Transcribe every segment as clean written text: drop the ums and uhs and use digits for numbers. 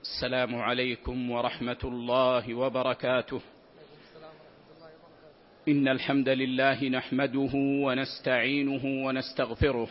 السلام عليكم ورحمة الله وبركاته. إن الحمد لله نحمده ونستعينه ونستغفره،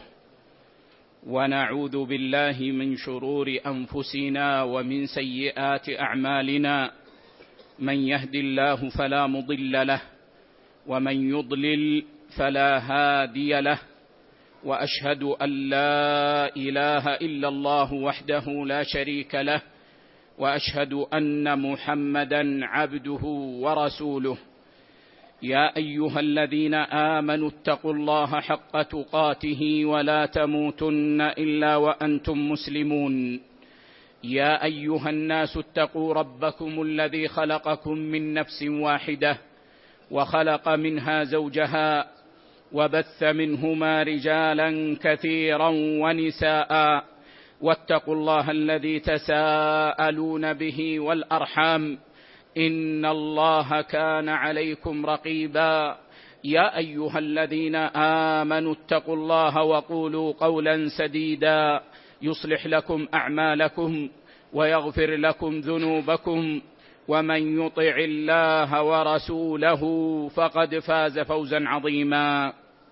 ونعوذ بالله من شرور أنفسنا ومن سيئات أعمالنا. من يهد الله فلا مضل له، ومن يضلل فلا هادي له، وأشهد أن لا إله إلا الله وحده لا شريك له، وأشهد أن محمدًا عبده ورسوله. يا أيها الذين آمنوا اتقوا الله حق تقاته ولا تموتن إلا وأنتم مسلمون. يا أيها الناس اتقوا ربكم الذي خلقكم من نفس واحدة، وخلق منها زوجها، وبث منهما رجالا كثيرا ونساء، واتقوا الله الذي تساءلون به والأرحام، إن الله كان عليكم رقيبا. يا أيها الذين آمنوا اتقوا الله وقولوا قولا سديدا يصلح لكم أعمالكم ويغفر لكم ذنوبكم، ومن يطع الله ورسوله فقد فاز فوزا عظيما.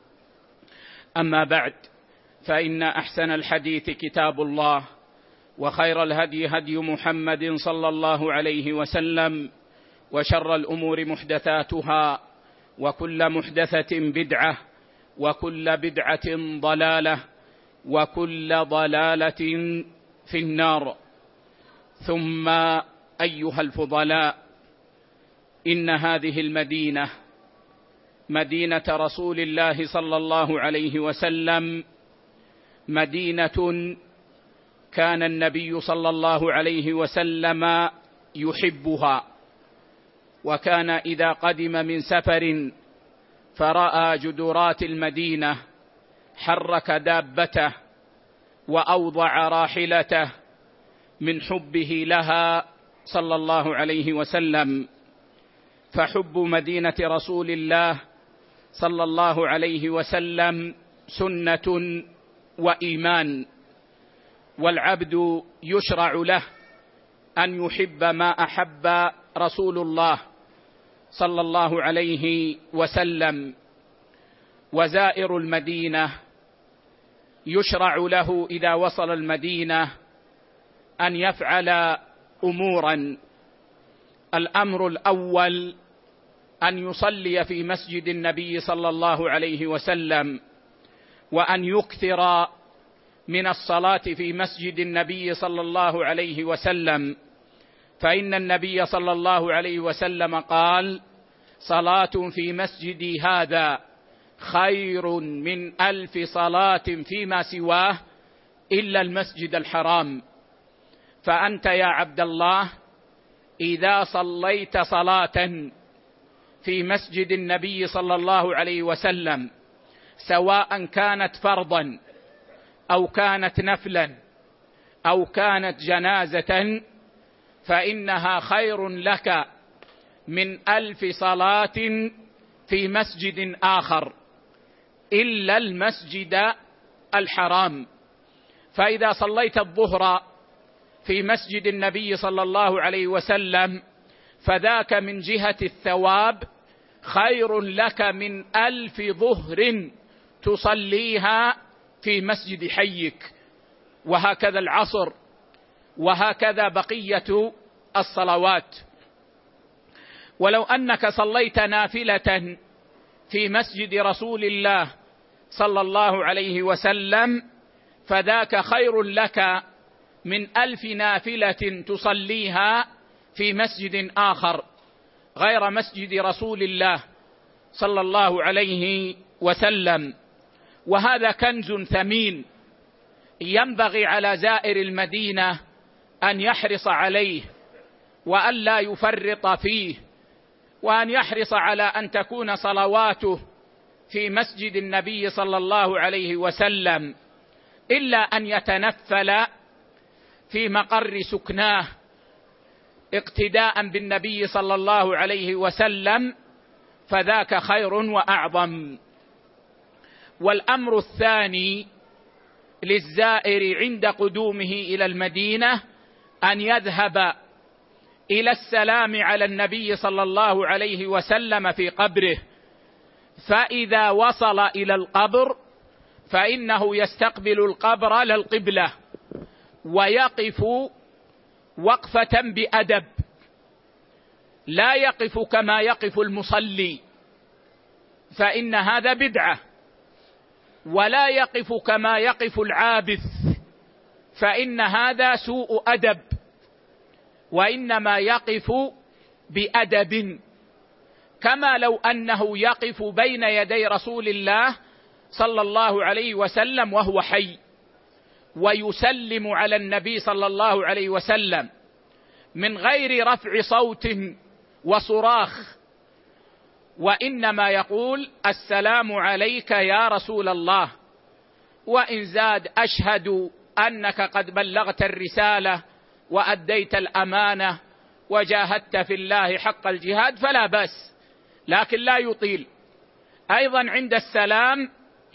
أما بعد، فإن أحسن الحديث كتاب الله، وخير الهدي هدي محمد صلى الله عليه وسلم، وشر الأمور محدثاتها، وكل محدثة بدعة، وكل بدعة ضلالة، وكل ضلالة في النار. ثم أيها الفضلاء، إن هذه المدينة مدينة رسول الله صلى الله عليه وسلم مدينة كان النبي صلى الله عليه وسلم يحبها، وكان إذا قدم من سفر فرأى جدرات المدينة حرك دابته وأوضع راحلته من حبه لها صلى الله عليه وسلم. فحب مدينة رسول الله صلى الله عليه وسلم سنة وإيمان، والعبد يشرع له أن يحب ما أحب رسول الله صلى الله عليه وسلم. وزائر المدينة يشرع له إذا وصل المدينة أن يفعل أمورا. الأمر الأول أن يصلي في مسجد النبي صلى الله عليه وسلم، وأن يكثر من الصلاة في مسجد النبي صلى الله عليه وسلم، فإن النبي صلى الله عليه وسلم قال: صلاة في مسجدي هذا خير من 1000 صلاة فيما سواه إلا المسجد الحرام. فأنت يا عبد الله إذا صليت صلاة في مسجد النبي صلى الله عليه وسلم، سواء كانت فرضا أو كانت نفلا أو كانت جنازة، فإنها خير لك من 1000 صلاة في مسجد آخر إلا المسجد الحرام. فإذا صليت الظهر في مسجد النبي صلى الله عليه وسلم، فذاك من جهة الثواب خير لك من 1000 ظهر تصليها في مسجد حيك. وهكذا العصر، وهكذا بقية الصلوات. ولو أنك صليت نافلة في مسجد رسول الله صلى الله عليه وسلم، فذاك خير لك من 1000 نافلة تصليها في مسجد آخر غير مسجد رسول الله صلى الله عليه وسلم. وهذا كنز ثمين ينبغي على زائر المدينة أن يحرص عليه، وأن لا يفرط فيه، وأن يحرص على أن تكون صلواته في مسجد النبي صلى الله عليه وسلم، إلا أن يتنفل في مقر سكناه اقتداء بالنبي صلى الله عليه وسلم، فذاك خير وأعظم. والأمر الثاني للزائر عند قدومه إلى المدينة أن يذهب إلى السلام على النبي صلى الله عليه وسلم في قبره، فإذا وصل إلى القبر فإنه يستقبل القبر للقبلة ويقف وقفة بأدب، لا يقف كما يقف المصلي فإن هذا بدعة، ولا يقف كما يقف العابث فإن هذا سوء أدب، وإنما يقف بأدب، كما لو أنه يقف بين يدي رسول الله صلى الله عليه وسلم وهو حي ويسلم على النبي صلى الله عليه وسلم من غير رفع صوت وصراخ، وإنما يقول: السلام عليك يا رسول الله، وإن زاد: أشهد أنك قد بلغت الرسالة وأديت الأمانة وجاهدت في الله حق الجهاد، فلا بأس، لكن لا يطيل. أيضا عند السلام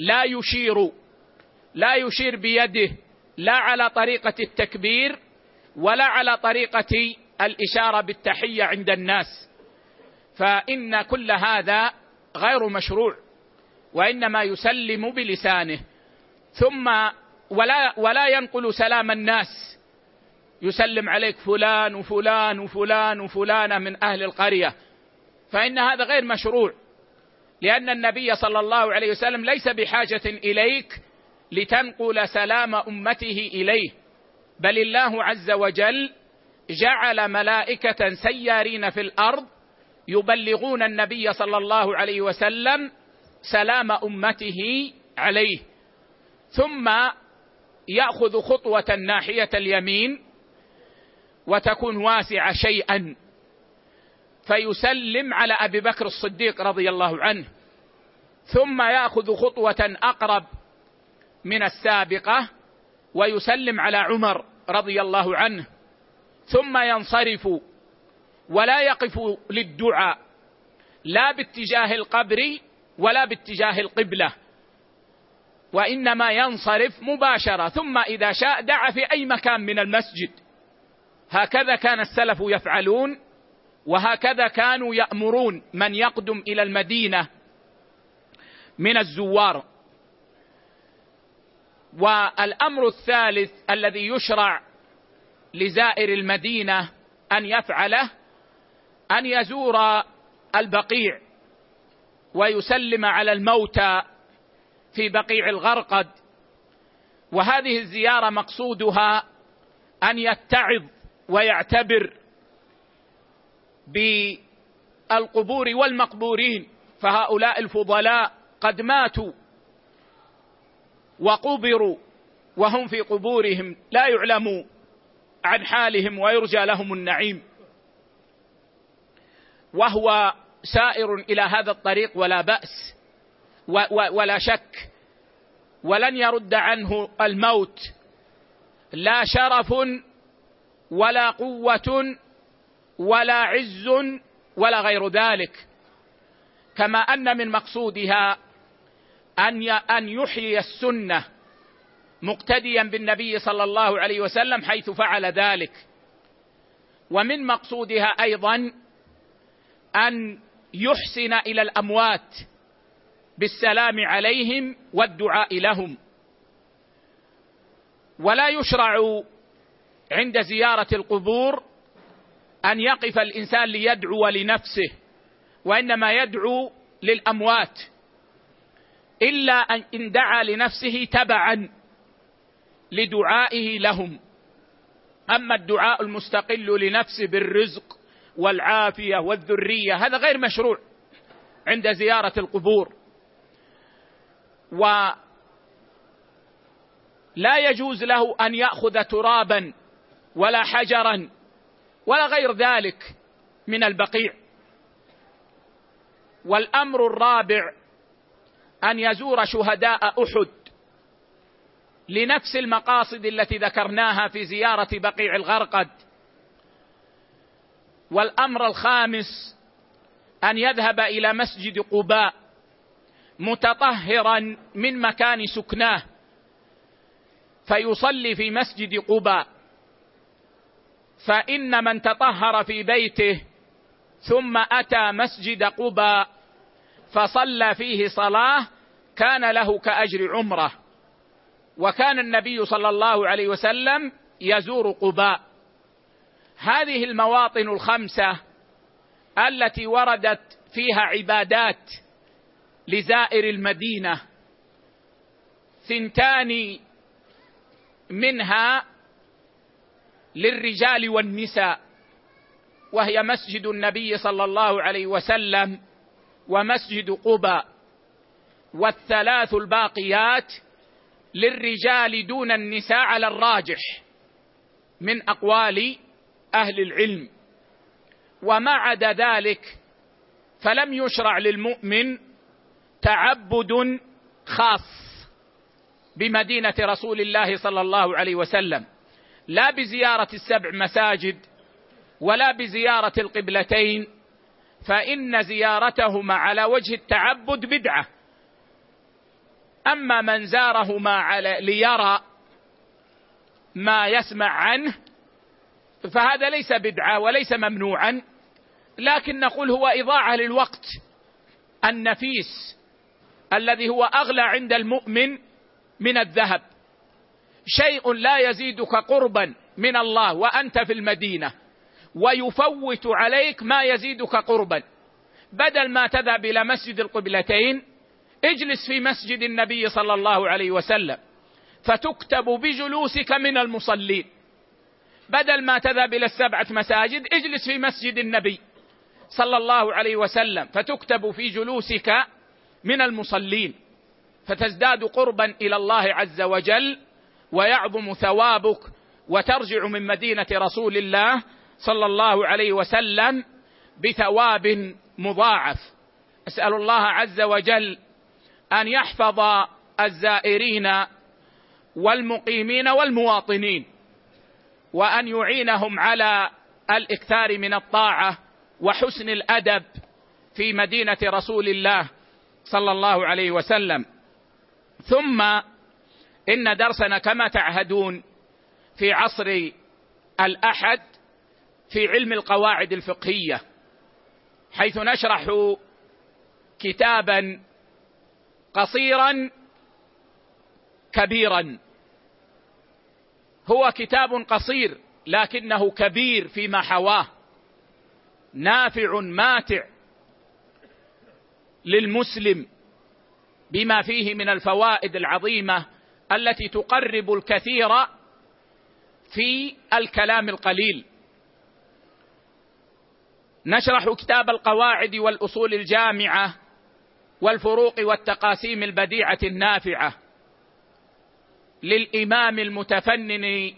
لا يشير بيده، لا على طريقة التكبير ولا على طريقة الإشارة بالتحية عند الناس، فإن كل هذا غير مشروع، وإنما يسلم بلسانه، ثم ولا ينقل سلام الناس، يسلم عليك فلان وفلان وفلان وفلان من أهل القرية، فإن هذا غير مشروع، لأن النبي صلى الله عليه وسلم ليس بحاجة إليك لتنقل سلام أمته إليه، بل الله عز وجل جعل ملائكة سيارين في الأرض يبلغون النبي صلى الله عليه وسلم سلام أمته عليه، ثم يأخذ خطوة ناحية اليمين وتكون واسعة شيئا فيسلم على أبي بكر الصديق رضي الله عنه، ثم يأخذ خطوة أقرب من السابقة ويسلم على عمر رضي الله عنه، ثم ينصرف ولا يقف للدعاء لا باتجاه القبر ولا باتجاه القبلة، وإنما ينصرف مباشرة، ثم إذا شاء دعا في أي مكان من المسجد. هكذا كان السلف يفعلون، وهكذا كانوا يأمرون من يقدم إلى المدينة من الزوار. والأمر الثالث الذي يشرع لزائر المدينة أن يفعله أن يزور البقيع ويسلم على الموتى في بقيع الغرقد، وهذه الزيارة مقصودها أن يتعظ ويعتبر بالقبور والمقبورين، فهؤلاء الفضلاء قد ماتوا وقبروا وهم في قبورهم لا يعلم عن حالهم ويرجى لهم النعيم، وهو سائر إلى هذا الطريق ولا بأس ولا شك، ولن يرد عنه الموت لا شرف ولا قوة ولا عز ولا غير ذلك، كما أن من مقصودها أن يحيي السنة مقتديا بالنبي صلى الله عليه وسلم حيث فعل ذلك، ومن مقصودها أيضا أن يحسن إلى الأموات بالسلام عليهم والدعاء لهم. ولا يشرع عند زيارة القبور أن يقف الإنسان ليدعو لنفسه، وإنما يدعو للأموات، إلا أن دعا لنفسه تبعا لدعائه لهم. أما الدعاء المستقل لنفسه بالرزق والعافية والذرية هذا غير مشروع عند زيارة القبور، ولا يجوز له أن يأخذ ترابا ولا حجرا ولا غير ذلك من البقيع. والأمر الرابع أن يزور شهداء أحد لنفس المقاصد التي ذكرناها في زيارة بقيع الغرقد. والأمر الخامس أن يذهب إلى مسجد قباء متطهرا من مكان سكناه فيصلي في مسجد قباء، فإن من تطهر في بيته ثم أتى مسجد قباء فصلى فيه صلاة كان له كأجر عمرة. وكان النبي صلى الله عليه وسلم يزور قباء. هذه المواطن الخمسة التي وردت فيها عبادات لزائر المدينة 2 منها للرجال والنساء، وهي مسجد النبي صلى الله عليه وسلم ومسجد قباء، وال3 الباقيات للرجال دون النساء على الراجح من أقوال أهل العلم. وما عدا ذلك فلم يشرع للمؤمن تعبد خاص بمدينة رسول الله صلى الله عليه وسلم، لا بزيارة 7 مساجد ولا بزيارة القبلتين، فإن زيارتهما على وجه التعبد بدعة. أما من زارهما ليرى ما يسمع عنه فهذا ليس بدعة وليس ممنوعا، لكن نقول هو إضاعة للوقت النفيس الذي هو أغلى عند المؤمن من الذهب. شيء لا يزيدك قربا من الله وأنت في المدينة ويفوت عليك ما يزيدك قربا. بدل ما تذهب إلى مسجد القبلتين اجلس في مسجد النبي صلى الله عليه وسلم فتكتب بجلوسك من المصلين. بدل ما تذهب إلى 7 مساجد اجلس في مسجد النبي صلى الله عليه وسلم فتكتب في جلوسك من المصلين، فتزداد قربا إلى الله عز وجل ويعظم ثوابك، وترجع من مدينة رسول الله صلى الله عليه وسلم بثواب مضاعف. أسأل الله عز وجل أن يحفظ الزائرين والمقيمين والمواطنين، وأن يعينهم على الإكثار من الطاعة وحسن الأدب في مدينة رسول الله صلى الله عليه وسلم. ثم إن درسنا كما تعهدون في عصر الأحد في علم القواعد الفقهية، حيث نشرح كتابا قصيرا كبيرا. هو كتاب قصير لكنه كبير فيما حواه، نافع ماتع للمسلم بما فيه من الفوائد العظيمة التي تقرب الكثير في الكلام القليل. نشرح كتاب القواعد والأصول الجامعة والفروق والتقاسيم البديعة النافعة للإمام المتفنن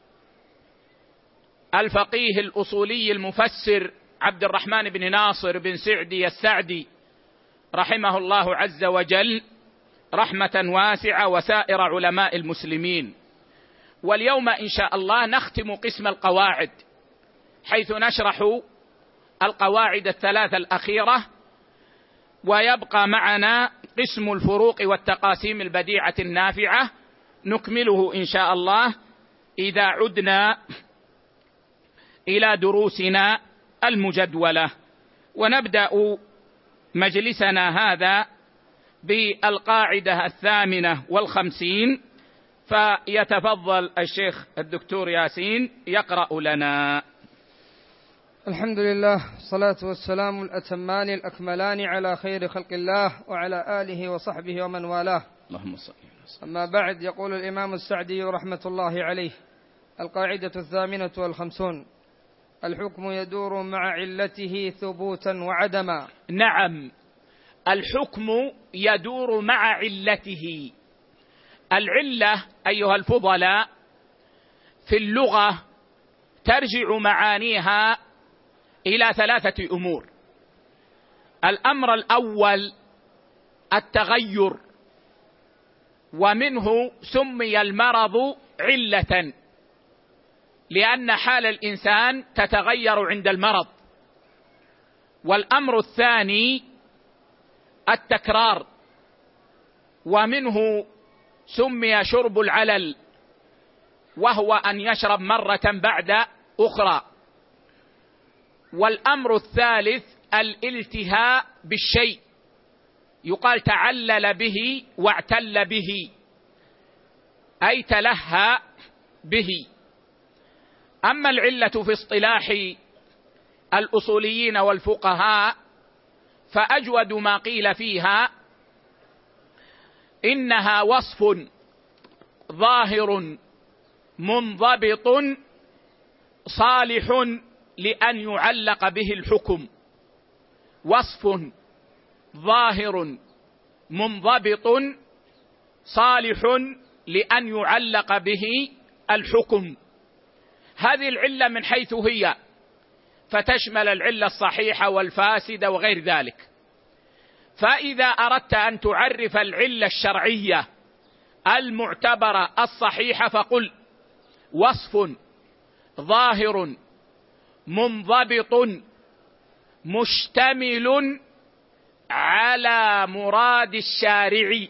الفقيه الأصولي المفسر عبد الرحمن بن ناصر بن سعدي السعدي رحمه الله عز وجل رحمة واسعة، وسائر علماء المسلمين. واليوم إن شاء الله نختم قسم القواعد، حيث نشرح القواعد ال3 الأخيرة، ويبقى معنا قسم الفروق والتقاسيم البديعة النافعة نكمله إن شاء الله إذا عدنا إلى دروسنا المجدولة. ونبدأ مجلسنا هذا بالقاعدة 58، فيتفضل الشيخ الدكتور ياسين يقرأ لنا. الحمد لله، الصلاة والسلام الأتمان الأكملان على خير خلق الله وعلى آله وصحبه ومن والاه. اللهم صل. أما بعد، يقول الإمام السعدي رحمة الله عليه: القاعدة 58: الحكم يدور مع علته ثبوتا وعدما. نعم، الحكم يدور مع علته. العلة أيها الفضلاء في اللغة ترجع معانيها إلى 3 أمور. الأمر الأول التغير، ومنه سمي المرض علة لأن حال الإنسان تتغير عند المرض. والأمر الثاني التكرار، ومنه سمي شرب العلل، وهو أن يشرب مرة بعد أخرى. والأمر الثالث الالتهاء بالشيء، يقال تعلل به واعتل به، أي تلهى به. أما العلة في اصطلاح الأصوليين والفقهاء فأجود ما قيل فيها إنها وصف ظاهر منضبط صالح لأن يعلق به الحكم. وصف ظاهر منضبط صالح لأن يعلق به الحكم. هذه العلة من حيث هي، فتشمل العلة الصحيحة والفاسدة وغير ذلك. فإذا أردت أن تعرف العلة الشرعية المعتبرة الصحيحة فقل وصف ظاهر منضبط مشتمل على مراد الشارع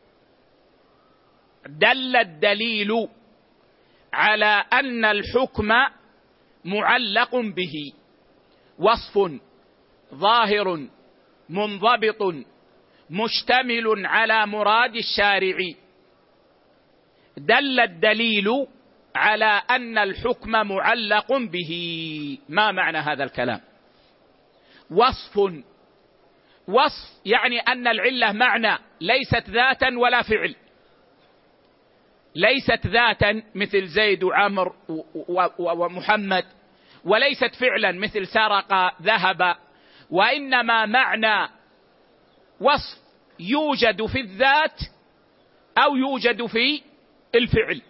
دل الدليل على أن الحكم معلق به. وصف ظاهر منضبط مشتمل على مراد الشارع دل الدليل على أن الحكم معلق به. ما معنى هذا الكلام؟ وصف يعني أن العلة معنى، ليست ذاتا ولا فعل، ليست ذاتا مثل زيد وعمر ومحمد، وليست فعلا مثل سرق ذهب، وإنما معنى وصف يوجد في الذات أو يوجد في الفعل.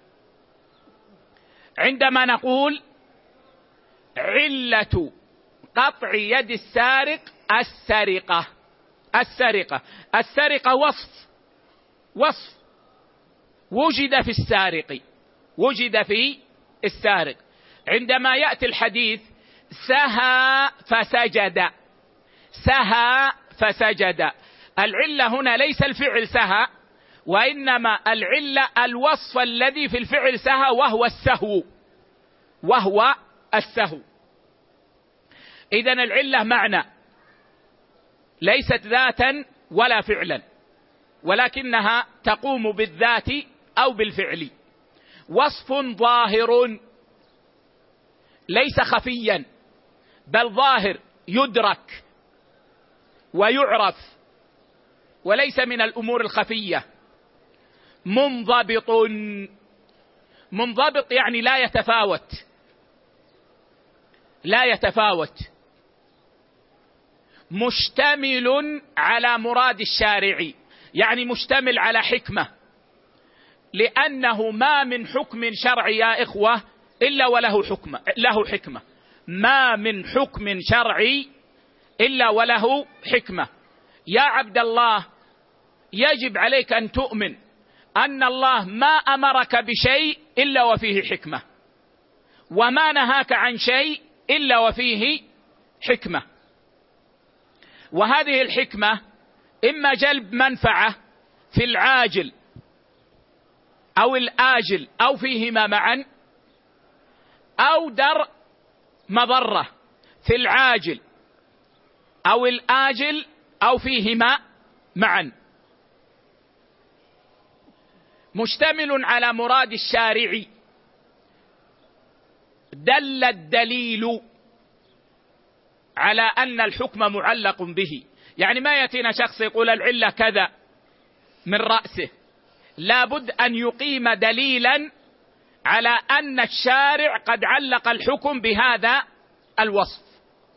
عندما نقول علة قطع يد السارق السرقة وصف وجد في السارق، وجد في السارق. عندما يأتي الحديث سهى فسجد، العلة هنا ليس الفعل سهى، وإنما العلة الوصف الذي في الفعل سهى وهو السهو. إذن العلة معنى، ليست ذاتا ولا فعلا، ولكنها تقوم بالذات أو بالفعل. وصف ظاهر ليس خفيا، بل ظاهر يدرك ويعرف وليس من الأمور الخفية. منضبط يعني لا يتفاوت. مشتمل على مراد الشارع يعني مشتمل على حكمة، لأنه ما من حكم شرعي يا إخوة إلا وله حكمة. ما من حكم شرعي إلا وله حكمة. يا عبد الله، يجب عليك أن تؤمن أن الله ما أمرك بشيء إلا وفيه حكمة، وما نهاك عن شيء إلا وفيه حكمة. وهذه الحكمة إما جلب منفعة في العاجل أو الآجل أو فيهما معا، أو درء مضرة في العاجل أو الآجل أو فيهما معا. مشتمل على مراد الشارع دل الدليل على أن الحكم معلق به. يعني ما يأتينا شخص يقول العلة كذا من رأسه، لابد أن يقيم دليلا على أن الشارع قد علق الحكم بهذا الوصف.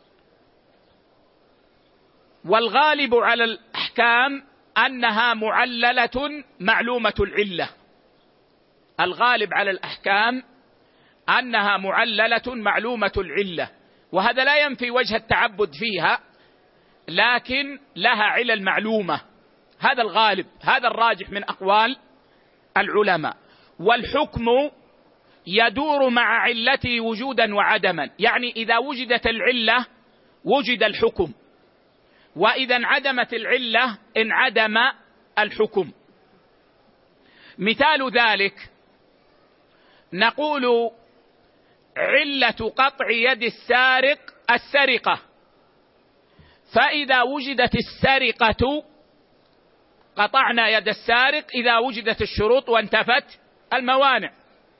والغالب على الأحكام أنها معللة معلومة العلة. الغالب على الأحكام أنها معللة معلومة العلة، وهذا لا ينفي وجه التعبد فيها، لكن لها علل معلومة. هذا الغالب، هذا الراجح من أقوال العلماء. والحكم يدور مع علته وجودا وعدما، يعني إذا وجدت العلة وجد الحكم، وإذا انعدمت العلة انعدم الحكم. مثال ذلك نقول علة قطع يد السارق السرقة، فإذا وجدت السرقة قطعنا يد السارق إذا وجدت الشروط وانتفت الموانع.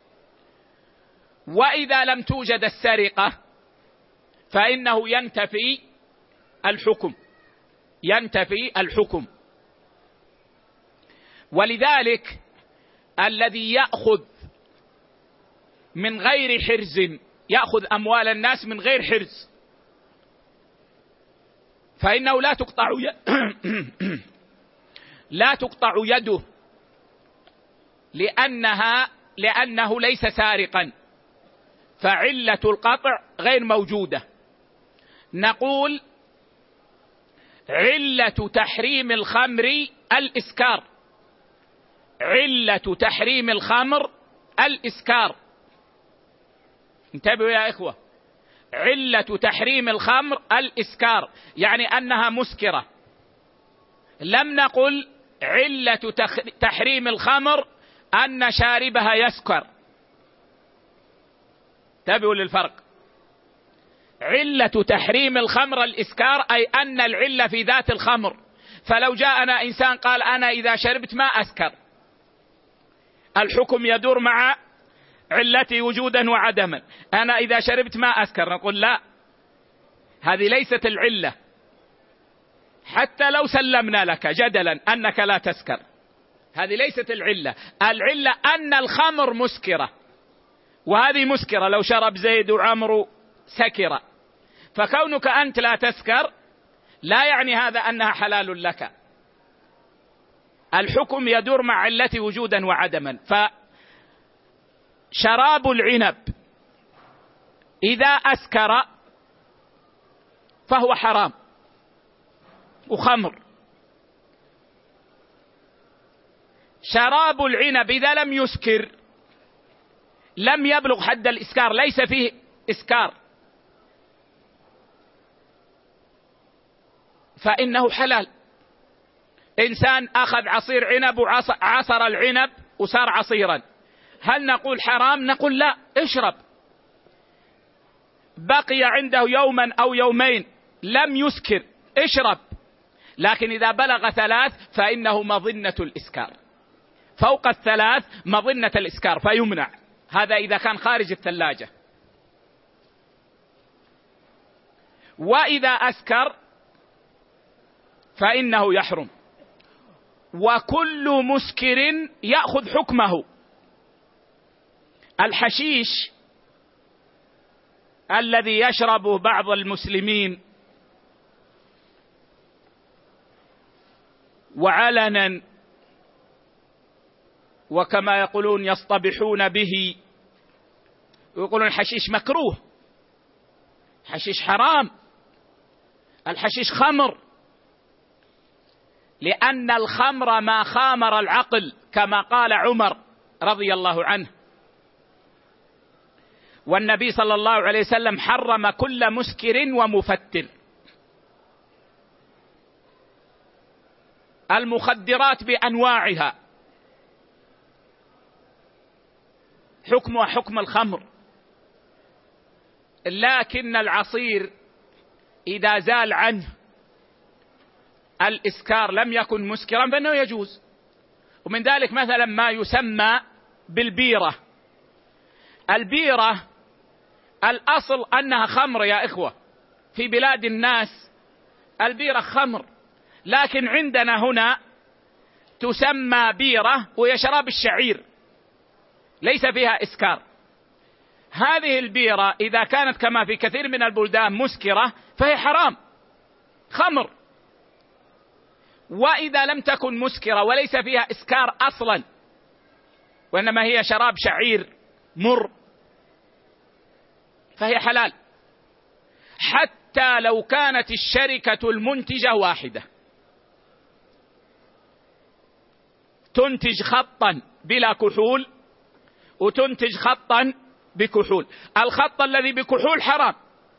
وإذا لم توجد السرقة فإنه ينتفي الحكم. ولذلك الذي يأخذ من غير حرز، يأخذ أموال الناس من غير حرز، فإنه لا تقطع يده لأنه ليس سارقا، فعلة القطع غير موجودة. نقول علة تحريم الخمر الإسكار، علة تحريم الخمر الإسكار. انتبهوا يا إخوة، علة تحريم الخمر الإسكار، يعني أنها مسكرة. لم نقل علة تحريم الخمر أن شاربها يسكر. انتبهوا للفرق. علة تحريم الخمر الإسكار أي أن العلة في ذات الخمر. فلو جاءنا إنسان قال أنا إذا شربت ما أسكر، الحكم يدور مع علتي وجودا وعدما. أنا إذا شربت ما أسكر، نقول لا، هذه ليست العلة، حتى لو سلمنا لك جدلا أنك لا تسكر، هذه ليست العلة. العلة أن الخمر مسكرة، وهذه مسكرة، لو شرب زيد وعمرو سكر. فكونك أنت لا تسكر لا يعني هذا أنها حلال لك. الحكم يدور مع علته وجودا وعدما. فشراب العنب إذا أسكر فهو حرام وخمر. شراب العنب إذا لم يسكر، لم يبلغ حد الإسكار، ليس فيه إسكار، فإنه حلال. إنسان أخذ عصير عنب وعصر العنب وصار عصيرا، هل نقول حرام؟ نقول لا، اشرب. بقي عنده يوما أو يومين لم يسكر، اشرب. لكن إذا بلغ 3 فإنه مظنة الإسكار، فوق 3 مظنة الإسكار فيمنع. هذا إذا كان خارج الثلاجة. وإذا أسكر فإنه يحرم. وكل مسكر يأخذ حكمه. الحشيش الذي يشربه بعض المسلمين وعلنا، وكما يقولون يصطبحون به، ويقولون الحشيش مكروه، الحشيش حرام، الحشيش خمر، لأن الخمر ما خامر العقل كما قال عمر رضي الله عنه. والنبي صلى الله عليه وسلم حرم كل مسكر ومفتر. المخدرات بأنواعها حكمها حكم الخمر، لكن العصير إذا زال عنه الإسكار لم يكن مسكرا فإنه يجوز. ومن ذلك مثلا ما يسمى بالبيرة. البيرة الأصل أنها خمر يا إخوة، في بلاد الناس البيرة خمر، لكن عندنا هنا تسمى بيرة وهي شراب الشعير، ليس فيها إسكار. هذه البيرة إذا كانت كما في كثير من البلدان مسكرة فهي حرام، خمر. وإذا لم تكن مسكرة وليس فيها إسكار أصلا، وإنما هي شراب شعير مر، فهي حلال، حتى لو كانت الشركة المنتجة واحدة، تنتج خطا بلا كحول وتنتج خطا بكحول. الخط الذي بكحول حرام،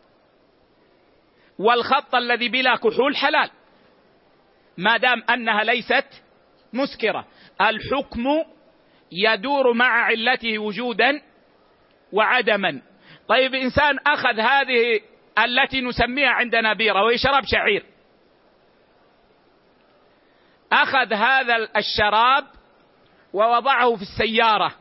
والخط الذي بلا كحول حلال، ما دام أنها ليست مسكرة. الحكم يدور مع علته وجودا وعدما. طيب إنسان أخذ هذه التي نسميها عندنا بيرة وهي شراب شعير، أخذ هذا الشراب ووضعه في السيارة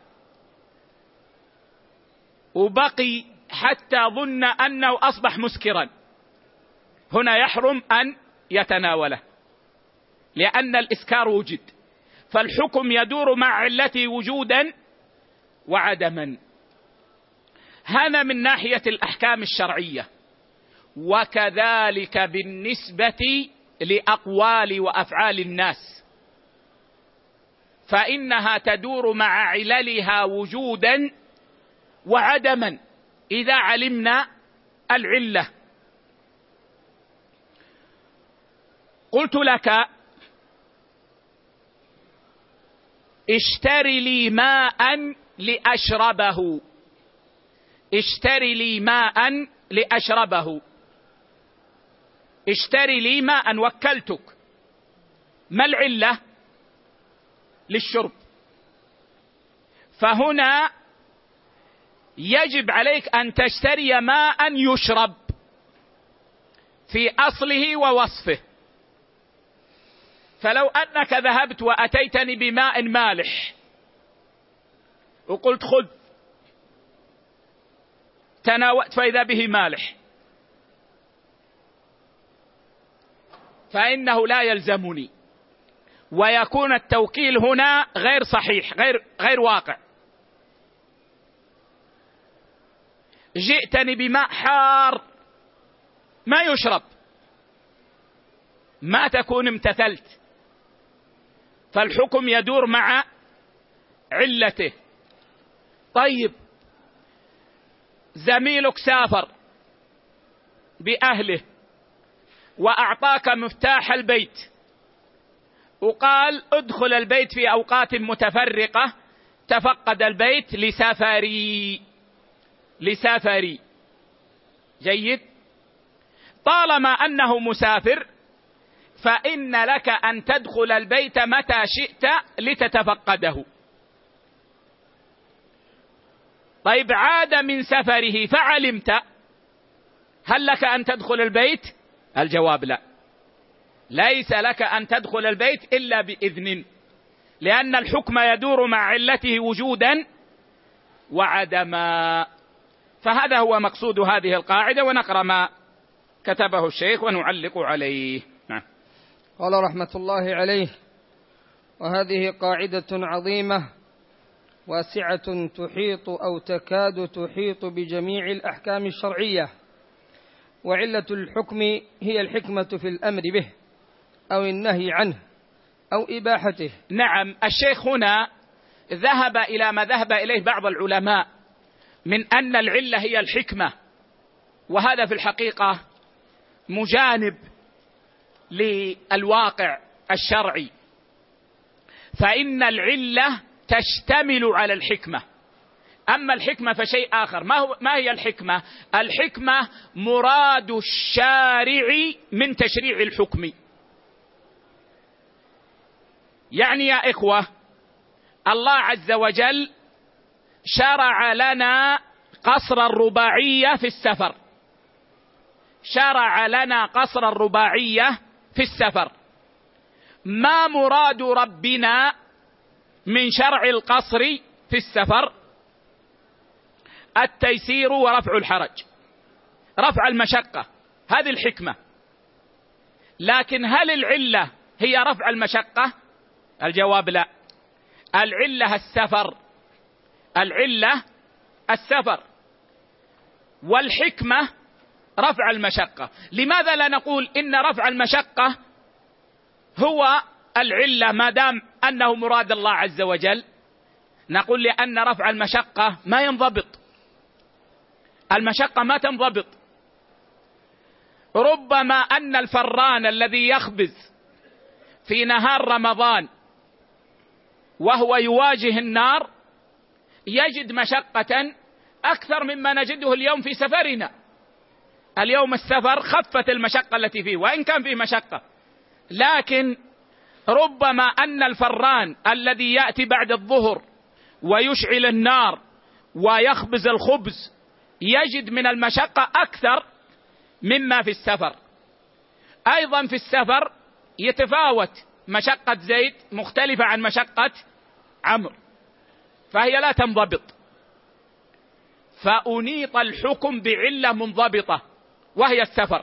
وبقي حتى ظن أنه أصبح مسكرا، هنا يحرم أن يتناوله لأن الإسكار وجد، فالحكم يدور مع علته وجودا وعدما. هذا من ناحية الأحكام الشرعية. وكذلك بالنسبة لأقوال وأفعال الناس، فإنها تدور مع عللها وجودا وعدما إذا علمنا العلة. قلت لك اشتري لي ماء لأشربه، اشتري لي ماء لأشربه، اشتري لي ماء، وكلتك. ما العلة؟ للشرب. فهنا يجب عليك أن تشتري ماء يشرب في أصله ووصفه. فلو أنك ذهبت وأتيتني بماء مالح وقلت خذ، تناولت فإذا به مالح، فإنه لا يلزمني، ويكون التوكيل هنا غير صحيح، غير واقع. جئتني بماء حار ما يشرب، ما تكون امتثلت، فالحكم يدور مع علته. طيب زميلك سافر بأهله وأعطاك مفتاح البيت وقال ادخل البيت في أوقات متفرقة، تفقد البيت لسافري. جيد. طالما أنه مسافر فإن لك أن تدخل البيت متى شئت لتتفقده. طيب عاد من سفره فعلمت، هل لك أن تدخل البيت؟ الجواب لا، ليس لك أن تدخل البيت إلا بإذن، لأن الحكم يدور مع علته وجودا وعدما. فهذا هو مقصود هذه القاعدة. ونقرأ ما كتبه الشيخ ونعلق عليه. نعم. قال رحمة الله عليه: وهذه قاعدة عظيمة واسعة تحيط أو تكاد تحيط بجميع الأحكام الشرعية، وعلة الحكم هي الحكمة في الأمر به أو النهي عنه أو إباحته. نعم، الشيخ هنا ذهب إلى ما ذهب إليه بعض العلماء من أن العلة هي الحكمة، وهذا في الحقيقة مجانب للواقع الشرعي، فإن العلة تشتمل على الحكمة، أما الحكمة فشيء آخر. ما هي الحكمة؟ الحكمة مراد الشارع من تشريع الحكم. يعني يا إخوة، الله عز وجل شرع لنا قصر الرباعية في السفر، شرع لنا قصر الرباعية في السفر. ما مراد ربنا من شرع القصر في السفر؟ التيسير ورفع الحرج، رفع المشقة، هذه الحكمة. لكن هل العلة هي رفع المشقة؟ الجواب لا، العلة السفر، العلة السفر، والحكمة رفع المشقة. لماذا لا نقول إن رفع المشقة هو العلة ما دام أنه مراد الله عز وجل؟ نقول لأن رفع المشقة ما ينضبط، المشقة ما تنضبط. ربما أن الفران الذي يخبز في نهار رمضان وهو يواجه النار يجد مشقة أكثر مما نجده اليوم في سفرنا. اليوم السفر خفت المشقة التي فيه، وإن كان فيه مشقة، لكن ربما أن الفران الذي يأتي بعد الظهر ويشعل النار ويخبز الخبز يجد من المشقة أكثر مما في السفر. أيضا في السفر يتفاوت مشقة زيد مختلفة عن مشقة عمرو، فهي لا تنضبط. فأنيط الحكم بعلة منضبطة وهي السفر،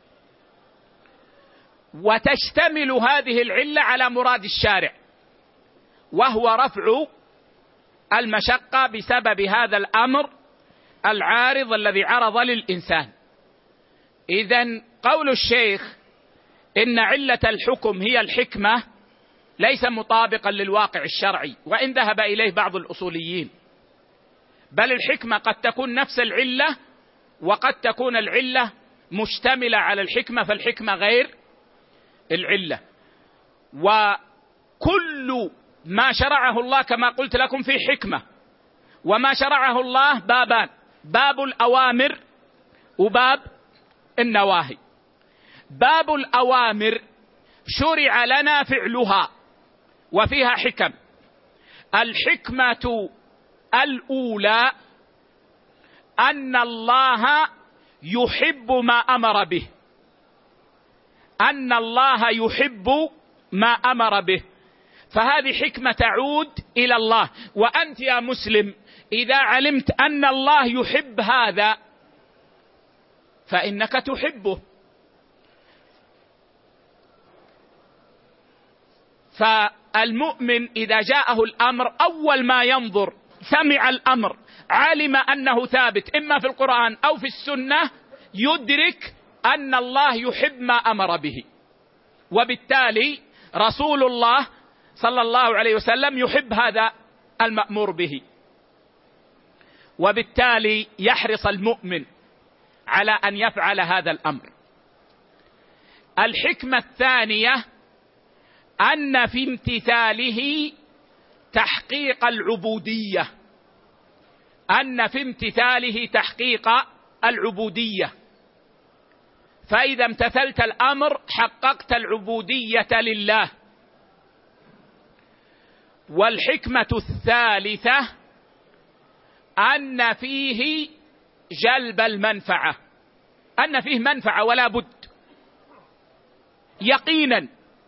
وتشتمل هذه العلة على مراد الشارع، وهو رفع المشقة بسبب هذا الأمر العارض الذي عرض للإنسان. إذن قول الشيخ إن علة الحكم هي الحكمة ليس مطابقا للواقع الشرعي، وإن ذهب إليه بعض الأصوليين، بل الحكمة قد تكون نفس العلة، وقد تكون العلة مشتملة على الحكمة، فالحكمة غير العلة. وكل ما شرعه الله كما قلت لكم في حكمة، وما شرعه الله بابان: باب الأوامر وباب النواهي. باب الأوامر شرع لنا فعلها وفيها حكم. الحكمة الأولى أن الله يحب ما أمر به، أن الله يحب ما أمر به، فهذه حكمة تعود إلى الله. وأنت يا مسلم إذا علمت أن الله يحب هذا فإنك تحبه. فالمؤمن إذا جاءه الأمر أول ما ينظر، سمع الأمر، علم أنه ثابت إما في القرآن أو في السنة، يدرك أن الله يحب ما أمر به، وبالتالي رسول الله صلى الله عليه وسلم يحب هذا المأمور به، وبالتالي يحرص المؤمن على أن يفعل هذا الأمر. الحكمة الثانية أن في امتثاله تحقيق العبودية، أن في امتثاله تحقيق العبودية، فإذا امتثلت الأمر حققت العبودية لله. والحكمة الثالثة أن فيه جلب المنفعة، أن فيه منفعة ولا بد يقينا،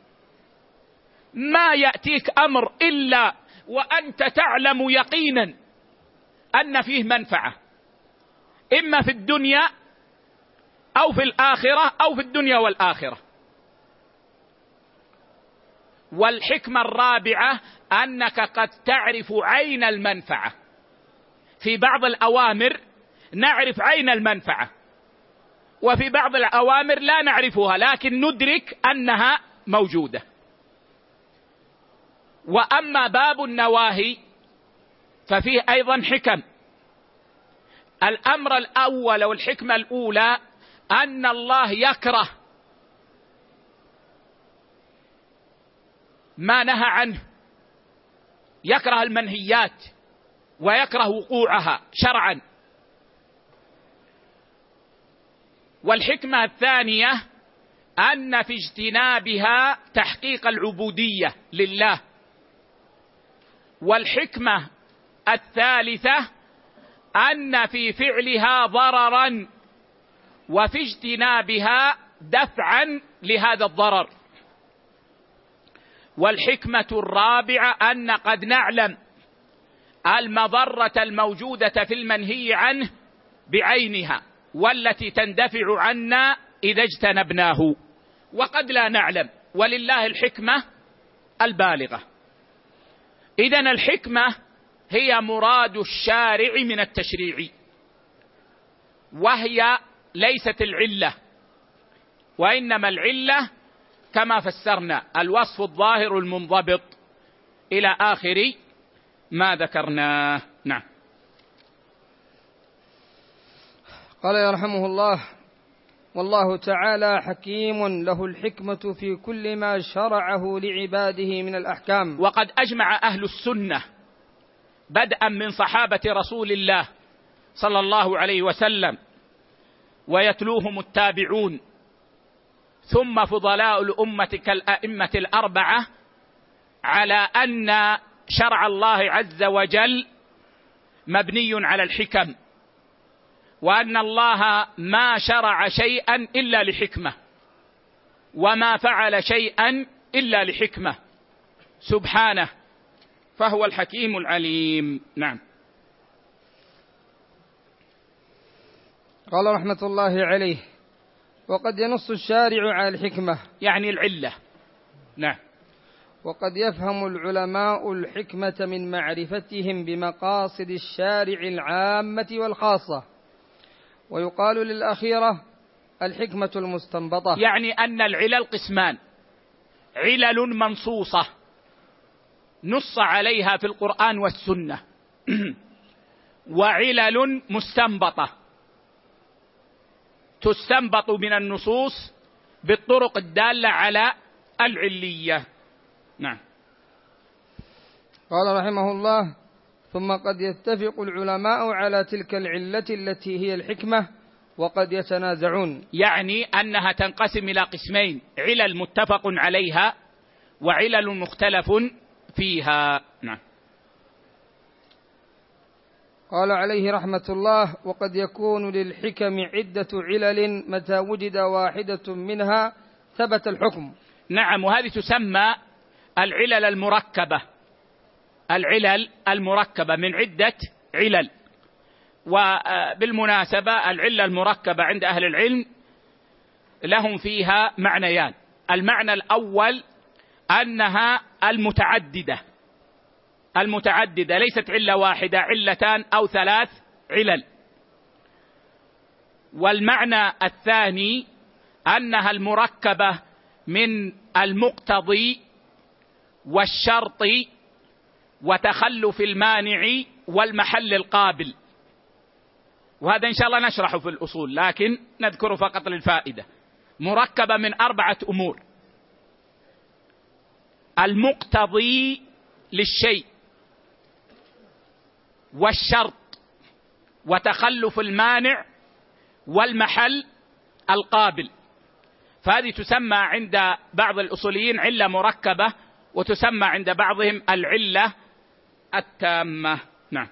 ما يأتيك أمر إلا وأنت تعلم يقينا أن فيه منفعة، إما في الدنيا أو في الآخرة أو في الدنيا والآخرة. والحكمة الرابعة أنك قد تعرف عين المنفعة. في بعض الأوامر نعرف عين المنفعة، وفي بعض الأوامر لا نعرفها لكن ندرك أنها موجودة. وأما باب النواهي ففيه أيضا حكم. الأمر الأول والحكمة الأولى أن الله يكره ما نهى عنه، يكره المنهيات ويكره وقوعها شرعا. والحكمة الثانية أن في اجتنابها تحقيق العبودية لله. والحكمة الثالثة أن في فعلها ضررا وفي اجتنابها دفعا لهذا الضرر. والحكمة الرابعة أن قد نعلم المضرة الموجودة في المنهي عنه بعينها والتي تندفع عنا إذا اجتنبناه، وقد لا نعلم، ولله الحكمة البالغة. إذن الحكمة هي مراد الشارع من التشريع، وهي ليست العلة، وإنما العلة كما فسرنا الوصف الظاهر المنضبط إلى آخر ما ذكرناه. نعم. قال يرحمه الله: والله تعالى حكيم له الحكمة في كل ما شرعه لعباده من الأحكام. وقد أجمع أهل السنة بدءا من صحابة رسول الله صلى الله عليه وسلم ويتلوهم التابعون ثم فضلاء الأمة كالأئمة الأربعة على أن شرع الله عز وجل مبني على الحكم، وأن الله ما شرع شيئا إلا لحكمة، وما فعل شيئا إلا لحكمة سبحانه، فهو الحكيم العليم. نعم. قال رحمة الله عليه: وقد ينص الشارع على الحكمة، يعني العلة. نعم. وقد يفهم العلماء الحكمة من معرفتهم بمقاصد الشارع العامة والخاصة، ويقال للأخيرة الحكمة المستنبطة. يعني أن العلل قسمان: علل منصوصة نص عليها في القرآن والسنة، وعلل مستنبطة تستنبط من النصوص بالطرق الدالة على العلية. نعم. قال رحمه الله: ثم قد يتفق العلماء على تلك العلة التي هي الحكمة، وقد يتنازعون. يعني أنها تنقسم إلى قسمين: علل متفق عليها، وعلل مختلف فيها. نعم. قال عليه رحمة الله: وقد يكون للحكم عدة علل، متى وجد واحدة منها ثبت الحكم. نعم، وهذه تسمى العلل المركبة. العلل المركبة من عدة علل. وبالمناسبة العلة المركبة عند أهل العلم لهم فيها معنيان: المعنى الأول أنها المتعددة، ليست علة واحدة، علتان أو 3 علل. والمعنى الثاني أنها المركبة من المقتضي والشرط وتخلف المانع والمحل القابل. وهذا إن شاء الله نشرحه في الأصول، لكن نذكره فقط للفائدة. مركبة من 4 أمور: المقتضي للشيء، والشرط، وتخلف المانع، والمحل القابل. فهذه تسمى عند بعض الأصوليين علة مركبة، وتسمى عند بعضهم العلة التامة. نعم.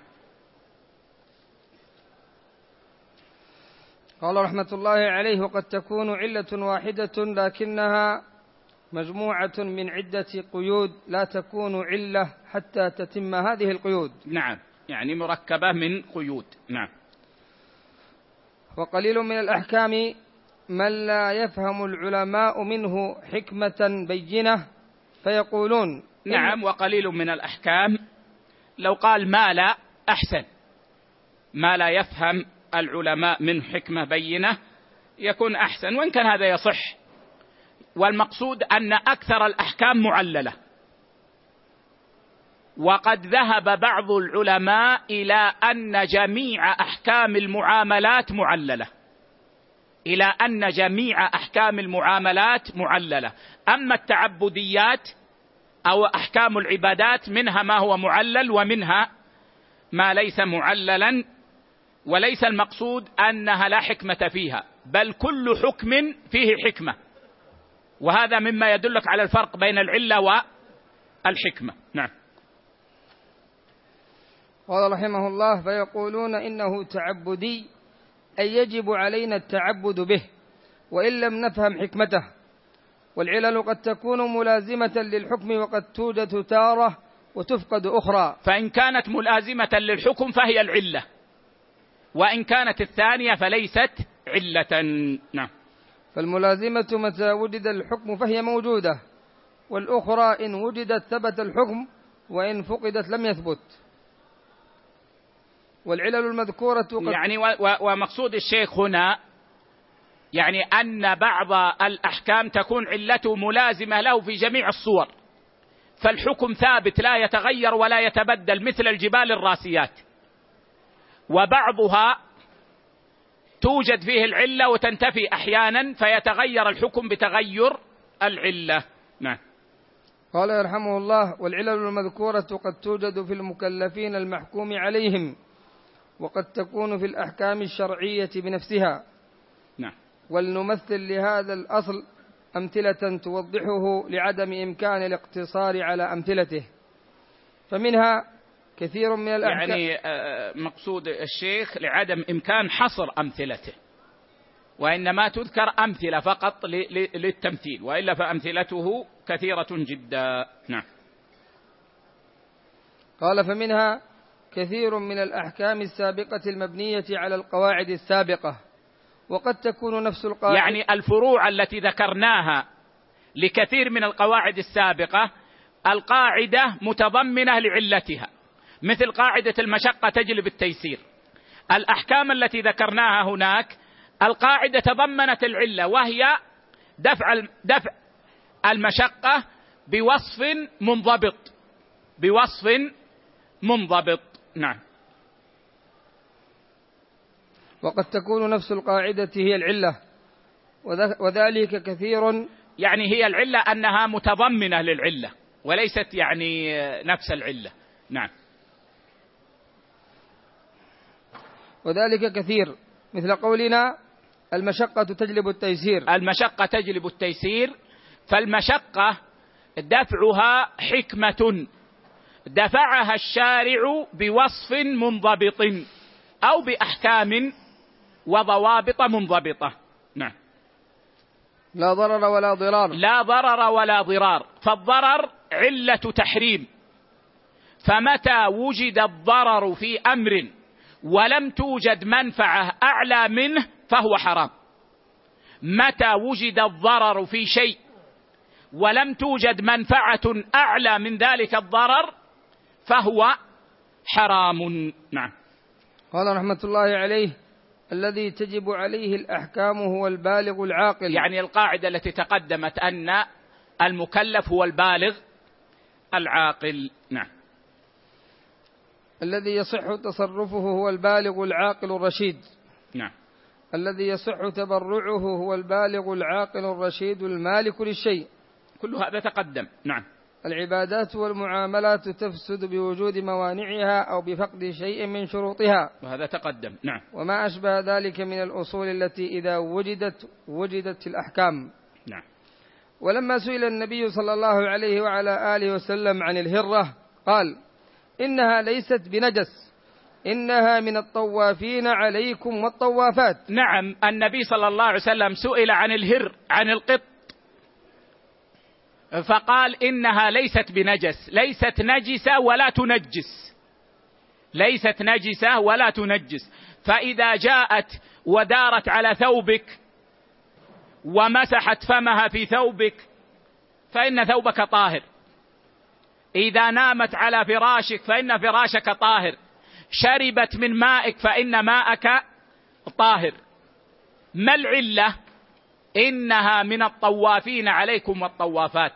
قال رحمة الله عليه: وقد تكون علة واحدة لكنها مجموعة من عدة قيود، لا تكون علة حتى تتم هذه القيود. نعم، يعني مركبة من قيود. نعم. وقليل من الأحكام من لا يفهم العلماء منه حكمة بينة فيقولون. نعم، وقليل من الأحكام لو قال ما لا أحسن، ما لا يفهم العلماء من حكمة بينة يكون أحسن، وإن كان هذا يصح. والمقصود أن أكثر الأحكام معللة، وقد ذهب بعض العلماء إلى أن جميع أحكام المعاملات معللة، إلى أن جميع أحكام المعاملات معللة. أما التعبديات أو أحكام العبادات منها ما هو معلل ومنها ما ليس معللا، وليس المقصود أنها لا حكمة فيها، بل كل حكم فيه حكمة، وهذا مما يدلك على الفرق بين العلة والحكمة. نعم. قال رحمه الله: فيقولون إنه تعبدي، أي يجب علينا التعبد به وإن لم نفهم حكمته. والعلل قد تكون ملازمة للحكم وقد توجد تارة وتفقد أخرى. فإن كانت ملازمة للحكم فهي العلة، وإن كانت الثانية فليست علة. نعم. فالملازمة متى وجد الحكم فهي موجودة، والأخرى إن وجدت ثبت الحكم، وإن فقدت لم يثبت. والعلل المذكورة يعني ومقصود الشيخ هنا يعني أن بعض الأحكام تكون علته ملازمة له في جميع الصور، فالحكم ثابت لا يتغير ولا يتبدل مثل الجبال الراسيات، وبعضها توجد فيه العلة وتنتفي أحيانا فيتغير الحكم بتغير العلة. نعم. قال يرحمه الله: والعلل المذكورة قد توجد في المكلفين المحكوم عليهم، وقد تكون في الأحكام الشرعية بنفسها. نعم. ولنمثل لهذا الأصل أمثلة توضحه لعدم إمكان الاقتصار على أمثلته. فمنها كثير من الأحكام يعني مقصود الشيخ لعدم إمكان حصر أمثلته، وإنما تذكر أمثلة فقط للتمثيل، وإلا فأمثلته كثيرة جدا. نعم. قال فمنها كثير من الأحكام السابقة المبنية على القواعد السابقة، وقد تكون نفس القاعدة، يعني الفروع التي ذكرناها لكثير من القواعد السابقة القاعدة متضمنة لعلتها، مثل قاعدة المشقة تجلب التيسير. الأحكام التي ذكرناها هناك القاعدة تضمنت العلة، وهي دفع المشقة بوصف منضبط. نعم. وقد تكون نفس القاعدة هي العلة، وذلك كثير، يعني هي العلة أنها متضمنة للعلة وليست يعني نفس العلة. نعم. وذلك كثير، مثل قولنا المشقة تجلب التيسير. المشقة تجلب التيسير، فالمشقة دفعها حكمة دفعها الشارع بوصف منضبط أو بأحكام وضوابط منضبطة. نعم. لا ضرر ولا ضرار. لا ضرر ولا ضرار، فالضرر علة تحريم، فمتى وجد الضرر في أمر ولم توجد منفعة أعلى منه فهو حرام. متى وجد الضرر في شيء ولم توجد منفعة أعلى من ذلك الضرر فهو حرام. نعم. قال رحمة الله عليه: الذي تجب عليه الأحكام هو البالغ العاقل. يعني القاعدة التي تقدمت أن المكلف هو البالغ العاقل. نعم. الذي يصح تصرفه هو البالغ العاقل الرشيد. نعم. الذي يصح تبرعه هو البالغ العاقل الرشيد المالك للشيء. كل هذا تقدم. نعم. العبادات والمعاملات تفسد بوجود موانعها أو بفقد شيء من شروطها، وهذا تقدم. نعم. وما أشبه ذلك من الأصول التي إذا وجدت الأحكام. نعم. ولما سئل النبي صلى الله عليه وعلى آله وسلم عن الهرة قال: إنها ليست بنجس، إنها من الطوافين عليكم والطوافات. نعم. النبي صلى الله عليه وسلم سئل عن الهر، عن القط، فقال إنها ليست بنجس، ليست نجسة ولا تنجس، ليست نجسة ولا تنجس. فإذا جاءت ودارت على ثوبك ومسحت فمها في ثوبك فإن ثوبك طاهر. إذا نامت على فراشك فإن فراشك طاهر. شربت من مائك فإن ماءك طاهر. ما العلة؟ إنها من الطوافين عليكم والطوافات.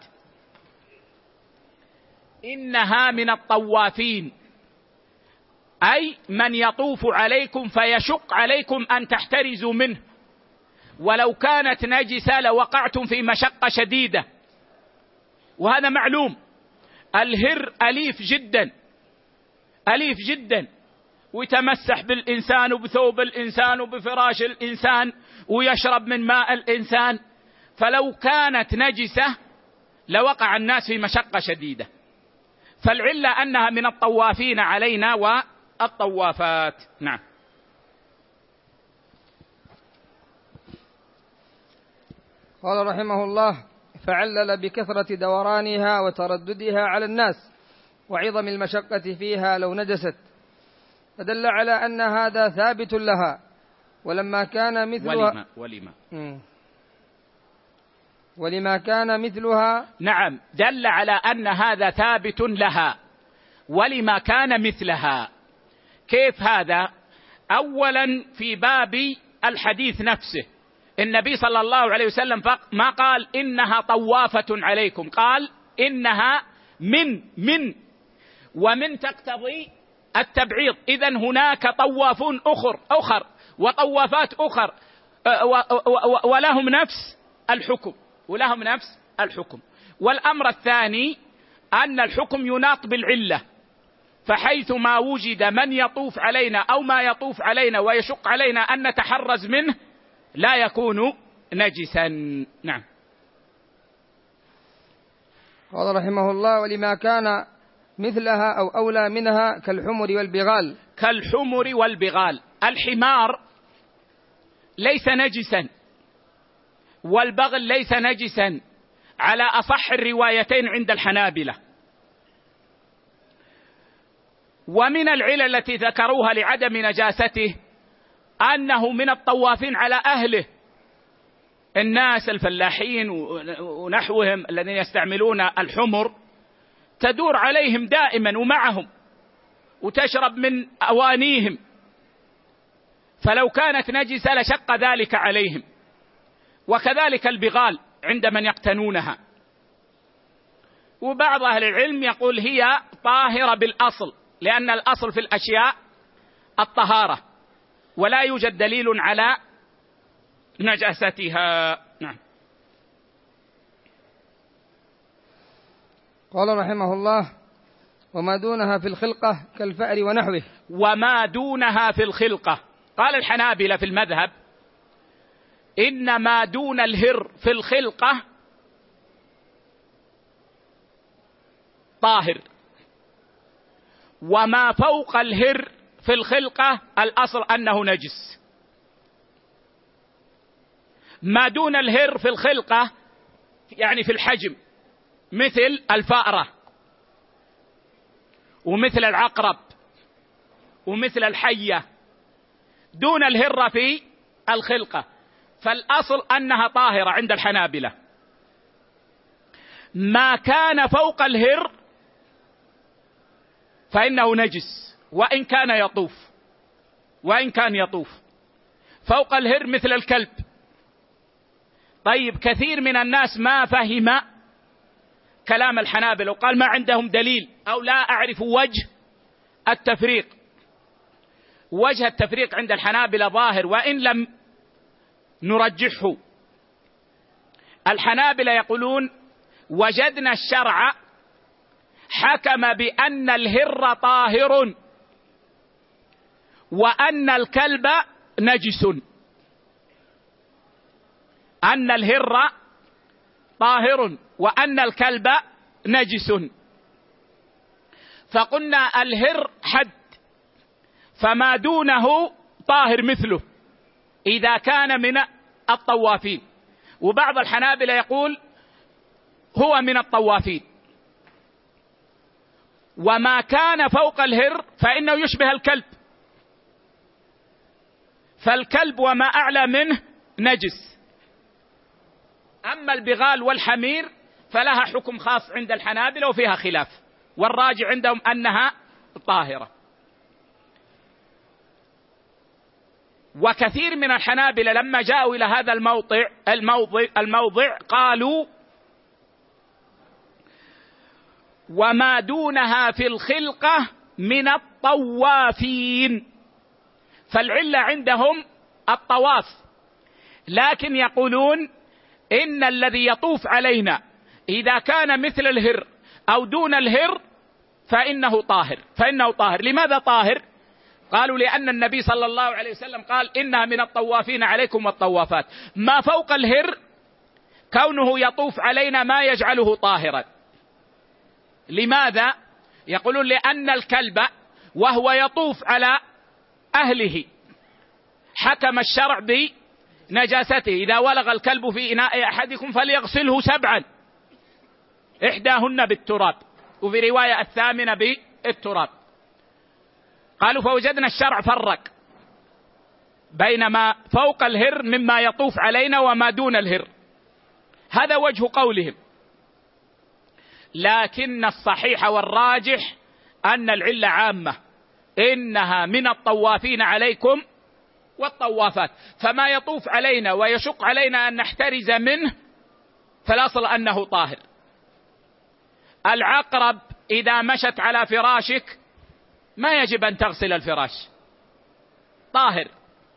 إنها من الطوافين، أي من يطوف عليكم فيشق عليكم أن تحترزوا منه، ولو كانت نجسة لوقعتم في مشقة شديدة. وهذا معلوم. الهر أليف جدا، أليف جدا، ويتمسح بالإنسان وبثوب الإنسان وبفراش الإنسان ويشرب من ماء الإنسان، فلو كانت نجسة لوقع الناس في مشقة شديدة. فالعلة أنها من الطوافين علينا والطوافات. نعم. قال رحمه الله: فعلل بكثرة دورانها وترددها على الناس وعظم المشقة فيها لو نجست، فدل على أن هذا ثابت لها. ولما كان مثلها ولما كان مثلها. نعم، دل على أن هذا ثابت لها ولما كان مثلها. كيف هذا؟ أولا في باب الحديث نفسه، النبي صلى الله عليه وسلم ما قال إنها طوافة عليكم، قال إنها من ومن تقتضي التبعيض. إذن هناك طوافون أخر وطوافات أخر ولهم نفس الحكم. والأمر الثاني أن الحكم يناط بالعلة، فحيث ما وجد من يطوف علينا أو ما يطوف علينا ويشق علينا أن نتحرز منه لا يكون نجسا. نعم. قال رحمه الله: ولما كان مثلها أو أولى منها كالحمر والبغال. كالحمر والبغال. الحمار ليس نجسا والبغل ليس نجسا على أصح الروايتين عند الحنابلة. ومن العلل التي ذكروها لعدم نجاسته أنه من الطوافين على أهله، الناس الفلاحين ونحوهم الذين يستعملون الحمر تدور عليهم دائما ومعهم وتشرب من أوانيهم، فلو كانت نجسة لشق ذلك عليهم. وكذلك البغال عند من يقتنونها. وبعض أهل العلم يقول هي طاهرة بالأصل، لأن الأصل في الأشياء الطهارة ولا يوجد دليل على نجاستها. نعم. قال رحمه الله: وما دونها في الخلقة كالفأر ونحوه. وما دونها في الخلقة. قال الحنابلة في المذهب إن ما دون الهر في الخلقة طاهر، وما فوق الهر في الخلقة الأصل أنه نجس. ما دون الهر في الخلقة يعني في الحجم، مثل الفأرة ومثل العقرب ومثل الحية، دون الهر في الخلقة، فالأصل أنها طاهرة عند الحنابلة. ما كان فوق الهر فإنه نجس وإن كان يطوف فوق الهر مثل الكلب. طيب، كثير من الناس ما فهم كلام الحنابلة وقال ما عندهم دليل أو لا أعرف وجه التفريق. وجه التفريق عند الحنابلة ظاهر وإن لم نرجحه. الحنابلة يقولون وجدنا الشرع حكم بأن الهر طاهر وأن الكلب نجس. أن الهر طاهر وأن الكلب نجس. فقلنا الهر حد، فما دونه طاهر مثله إذا كان من الطوافين. وبعض الحنابلة يقول هو من الطوافين. وما كان فوق الهر فإنه يشبه الكلب، فالكلب وما أعلى منه نجس. أما البغال والحمير فلها حكم خاص عند الحنابلة وفيها خلاف، والراجع عندهم أنها طاهرة. وكثير من الحنابلة لما جاءوا إلى هذا الموضع قالوا وما دونها في الخلقة من الطوافين، فالعلة عندهم الطواف، لكن يقولون إن الذي يطوف علينا إذا كان مثل الهر أو دون الهر فإنه طاهر. لماذا طاهر؟ قالوا لأن النبي صلى الله عليه وسلم قال إنها من الطوافين عليكم والطوافات. ما فوق الهر كونه يطوف علينا ما يجعله طاهرا. لماذا؟ يقولون لأن الكلب وهو يطوف على أهله حكم الشرع بنجاسته. إذا ولغ الكلب في إناء أحدكم فليغسله 7، إحداهن بالتراب، وفي رواية 8 بالتراب. قالوا فوجدنا الشرع فرق بين ما فوق الهر مما يطوف علينا وما دون الهر. هذا وجه قولهم. لكن الصحيح والراجح أن العلة عامة، إنها من الطوافين عليكم والطوافات، فما يطوف علينا ويشق علينا أن نحترز منه فالأصل أنه طاهر. العقرب إذا مشت على فراشك ما يجب أن تغسل الفراش، طاهر.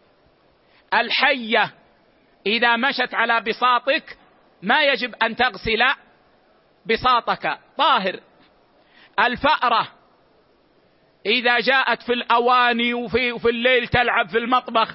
الحية إذا مشت على بساطك ما يجب أن تغسل بساطك، طاهر. الفأرة إذا جاءت في الأواني وفي الليل تلعب في المطبخ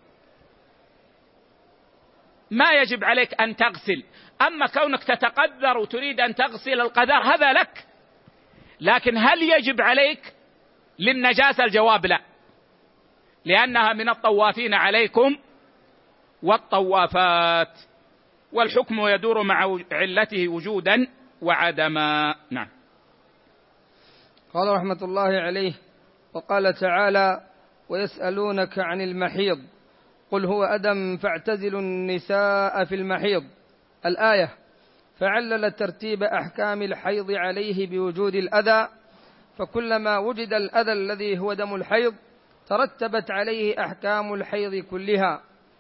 ما يجب عليك أن تغسل. أما كونك تتقدر وتريد أن تغسل القذار هذا لك، لكن هل يجب عليك للنجاسة؟ الجواب لا، لأنها من الطوافين عليكم والطوافات، والحكم يدور مع علته وجودا وعدما. نعم. قال رحمة الله عليه: وقال تعالى: ويسألونك عن المحيض قل هو أذى فاعتزلوا النساء في المحيض. الآية. فعلل ترتيب أحكام الحيض عليه بوجود الأذى، فكلما وجد الأذى الذي هو دم الحيض ترتبت عليه أحكام الحيض كلها،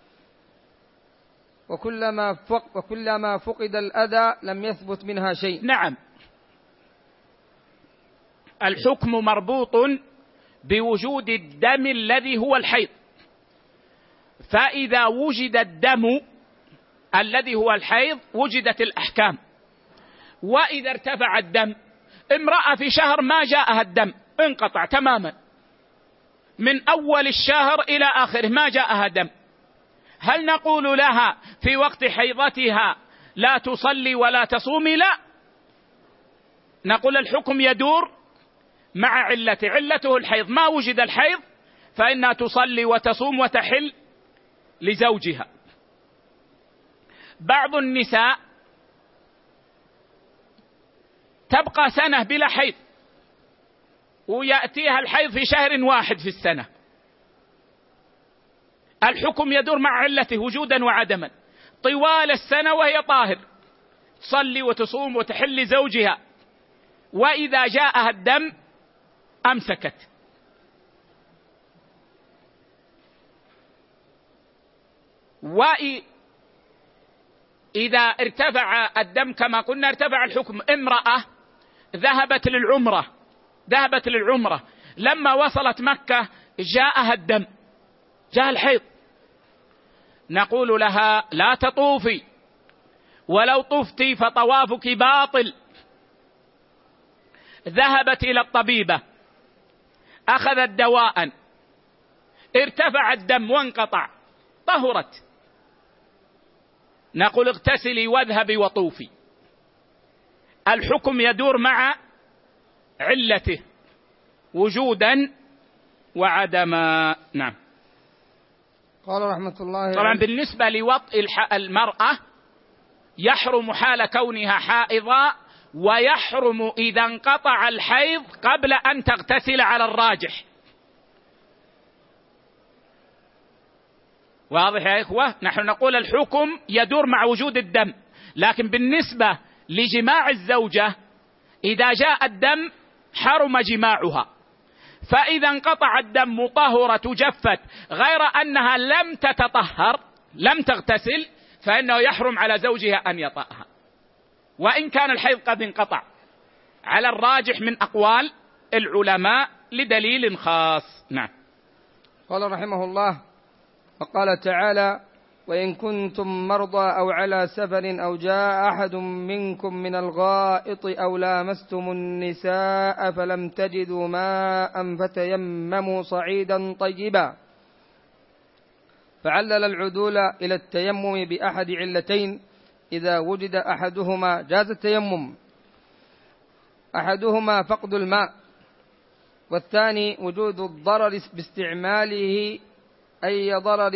وكلما فقد الأذى لم يثبت منها شيء. نعم، الحكم مربوط بوجود الدم الذي هو الحيض، فإذا وجد الدم الذي هو الحيض وجدت الأحكام. وإذا ارتفع الدم، امرأة في شهر ما جاءها الدم، انقطع تماما من أول الشهر إلى آخره ما جاءها دم، هل نقول لها في وقت حيضتها لا تصلي ولا تصومي؟ لا، نقول الحكم يدور مع علته الحيض، ما وجد الحيض فإنها تصلي وتصوم وتحل لزوجها. بعض النساء تبقى سنة بلا حيض ويأتيها الحيض في شهر واحد في السنة، الحكم يدور مع علته وجودا وعدما طوال السنة وهي طاهر، تصلي وتصوم وتحل لزوجها، وإذا جاءها الدم أمسكت. وإذا ارتفع الدم كما قلنا ارتفع الحكم. امرأة ذهبت للعمرة لما وصلت مكة جاءها الدم، جاء الحيض، نقول لها لا تطوفي، ولو طفتي فطوافك باطل. ذهبت إلى الطبيبة أخذت دواء، ارتفع الدم وانقطع، طهرت، نقول اغتسلي واذهبي وطوفي. الحكم يدور مع علته وجودا وعدما. نعم. قال رحمة الله طبعا بالنسبة لوطء المرأة يحرم حال كونها حائضة، ويحرم إذا انقطع الحيض قبل أن تغتسل على الراجح. واضح يا إخوة؟ نحن نقول الحكم يدور مع وجود الدم، لكن بالنسبة لجماع الزوجة إذا جاء الدم حرم جماعها، فإذا انقطع الدم طهرت جفت غير أنها لم تتطهر لم تغتسل فإنه يحرم على زوجها أن يطأها، وإن كان الحيض قد انقطع، على الراجح من أقوال العلماء لدليل خاص. نعم. قال رحمه الله: وقال تعالى: وإن كنتم مرضى أو على سفر أو جاء أحد منكم من الغائط أو لامستم النساء فلم تجدوا ماء فتيمموا صعيدا طيبا. فعلل العدول إلى التيمم بأحد علتين: إذا وجد أحدهما جاز التيمم، أحدهما فقد الماء، والثاني وجود الضرر باستعماله، أي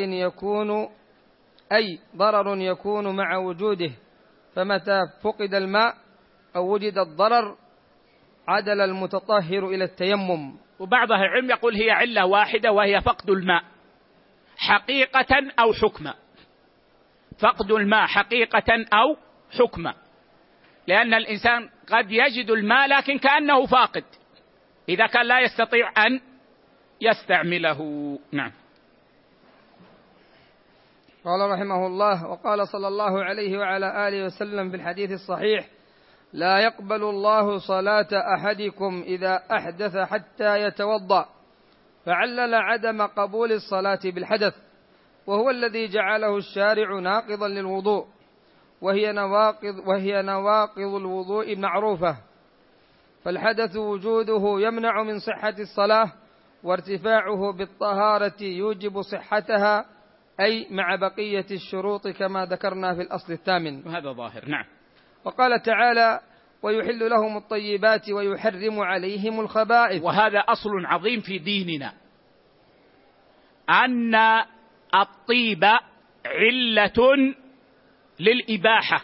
ضرر يكون مع وجوده، فمتى فقد الماء أو وجد الضرر عدل المتطهر إلى التيمم. وبعض أهل العلم يقول هي علة واحدة وهي فقد الماء حقيقة أو حكما، فقد الماء حقيقة أو حكما، لأن الإنسان قد يجد الماء لكن كأنه فاقد إذا كان لا يستطيع أن يستعمله. نعم. قال رحمه الله: وقال صلى الله عليه وعلى آله وسلم في الحديث الصحيح: لا يقبل الله صلاة أحدكم إذا أحدث حتى يتوضأ. فعلل عدم قبول الصلاة بالحدث، وهو الذي جعله الشارع ناقضا للوضوء، وهي نواقض الوضوء معروفة. فالحدث وجوده يمنع من صحة الصلاة، وارتفاعه بالطهارة يوجب صحتها، أي مع بقية الشروط كما ذكرنا في الأصل الثامن. وهذا ظاهر. نعم. وقال تعالى: ويحل لهم الطيبات ويحرم عليهم الخبائث. وهذا أصل عظيم في ديننا، أن الطيب علة للإباحة،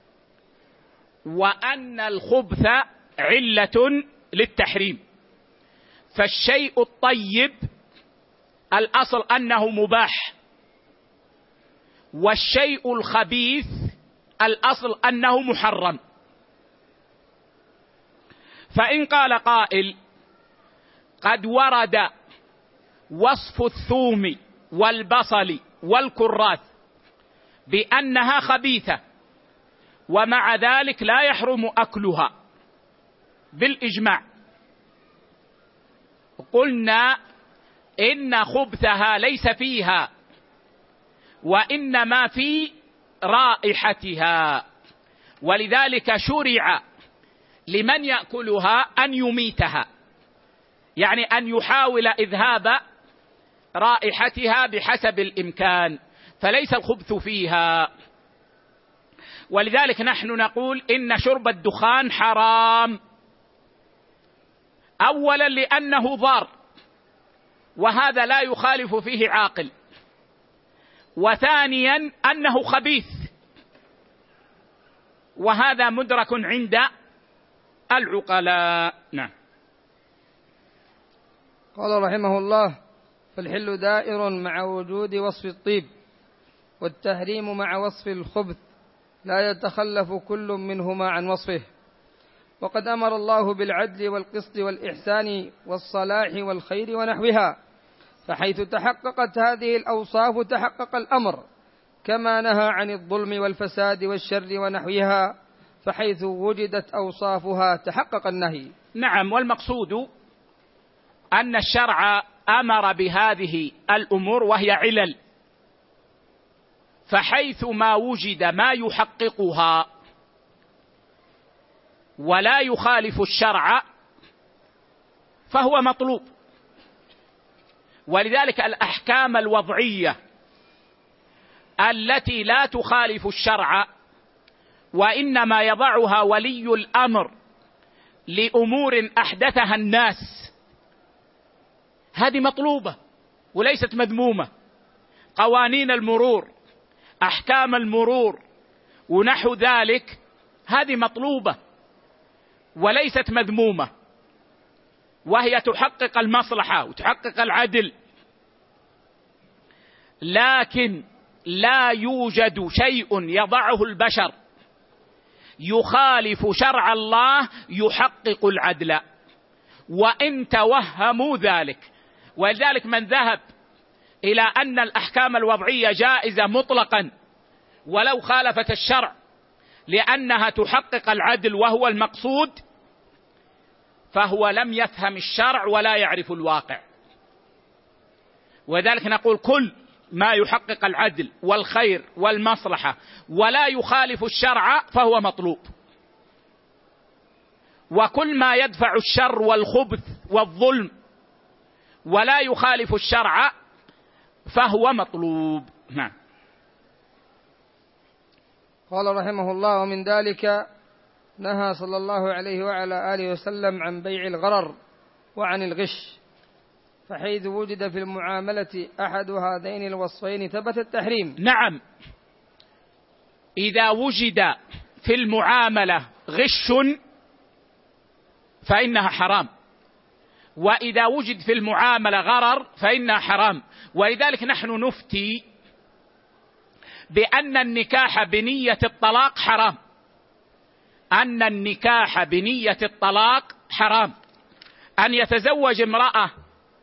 وأن الخبث علة للتحريم. فالشيء الطيب الأصل أنه مباح، والشيء الخبيث الأصل أنه محرم. فإن قال قائل قد ورد وصف الثوم والبصل والكراث بأنها خبيثة، ومع ذلك لا يحرم أكلها بالإجماع، قلنا إن خبثها ليس فيها، وإنما في رائحتها، ولذلك شرع لمن يأكلها أن يميتها، يعني أن يحاول إذهاب رائحتها بحسب الإمكان، فليس الخبث فيها. ولذلك نحن نقول إن شرب الدخان حرام، أولا لأنه ضار، وهذا لا يخالف فيه عاقل، وثانيا أنه خبيث، وهذا مدرك عند العقلاء. نعم. قال رحمه الله: فالحل دائر مع وجود وصف الطيب، والتحريم مع وصف الخبث، لا يتخلف كل منهما عن وصفه. وقد أمر الله بالعدل والقسط والإحسان والصلاح والخير ونحوها، فحيث تحققت هذه الأوصاف تحقق الأمر، كما نهى عن الظلم والفساد والشر ونحوها، فحيث وجدت أوصافها تحقق النهي. نعم، والمقصود أن الشرع أمر بهذه الأمور وهي علل، فحيث ما وجد ما يحققها ولا يخالف الشرع فهو مطلوب. ولذلك الأحكام الوضعية التي لا تخالف الشرع وإنما يضعها ولي الأمر لأمور أحدثها الناس، هذه مطلوبة وليست مذمومة. قوانين المرور، أحكام المرور ونحو ذلك، هذه مطلوبة وليست مذمومة، وهي تحقق المصلحة وتحقق العدل. لكن لا يوجد شيء يضعه البشر يخالف شرع الله يحقق العدل، وإن توهموا ذلك. ولذلك من ذهب إلى أن الأحكام الوضعية جائزة مطلقا ولو خالفت الشرع لأنها تحقق العدل وهو المقصود، فهو لم يفهم الشرع ولا يعرف الواقع. وذلك نقول كل ما يحقق العدل والخير والمصلحة ولا يخالف الشرع فهو مطلوب، وكل ما يدفع الشر والخبث والظلم ولا يخالف الشرع فهو مطلوب. نعم. قال رحمه الله: ومن ذلك نهى صلى الله عليه وعلى آله وسلم عن بيع الغرر وعن الغش، فحيث وجد في المعاملة أحد هذين الوصفين ثبت التحريم. نعم، إذا وجد في المعاملة غش فإنها حرام، وإذا وجد في المعاملة غرر فإنها حرام. ولذلك نحن نفتي بأن النكاح بنية الطلاق حرام، أن النكاح بنية الطلاق حرام. أن يتزوج امرأة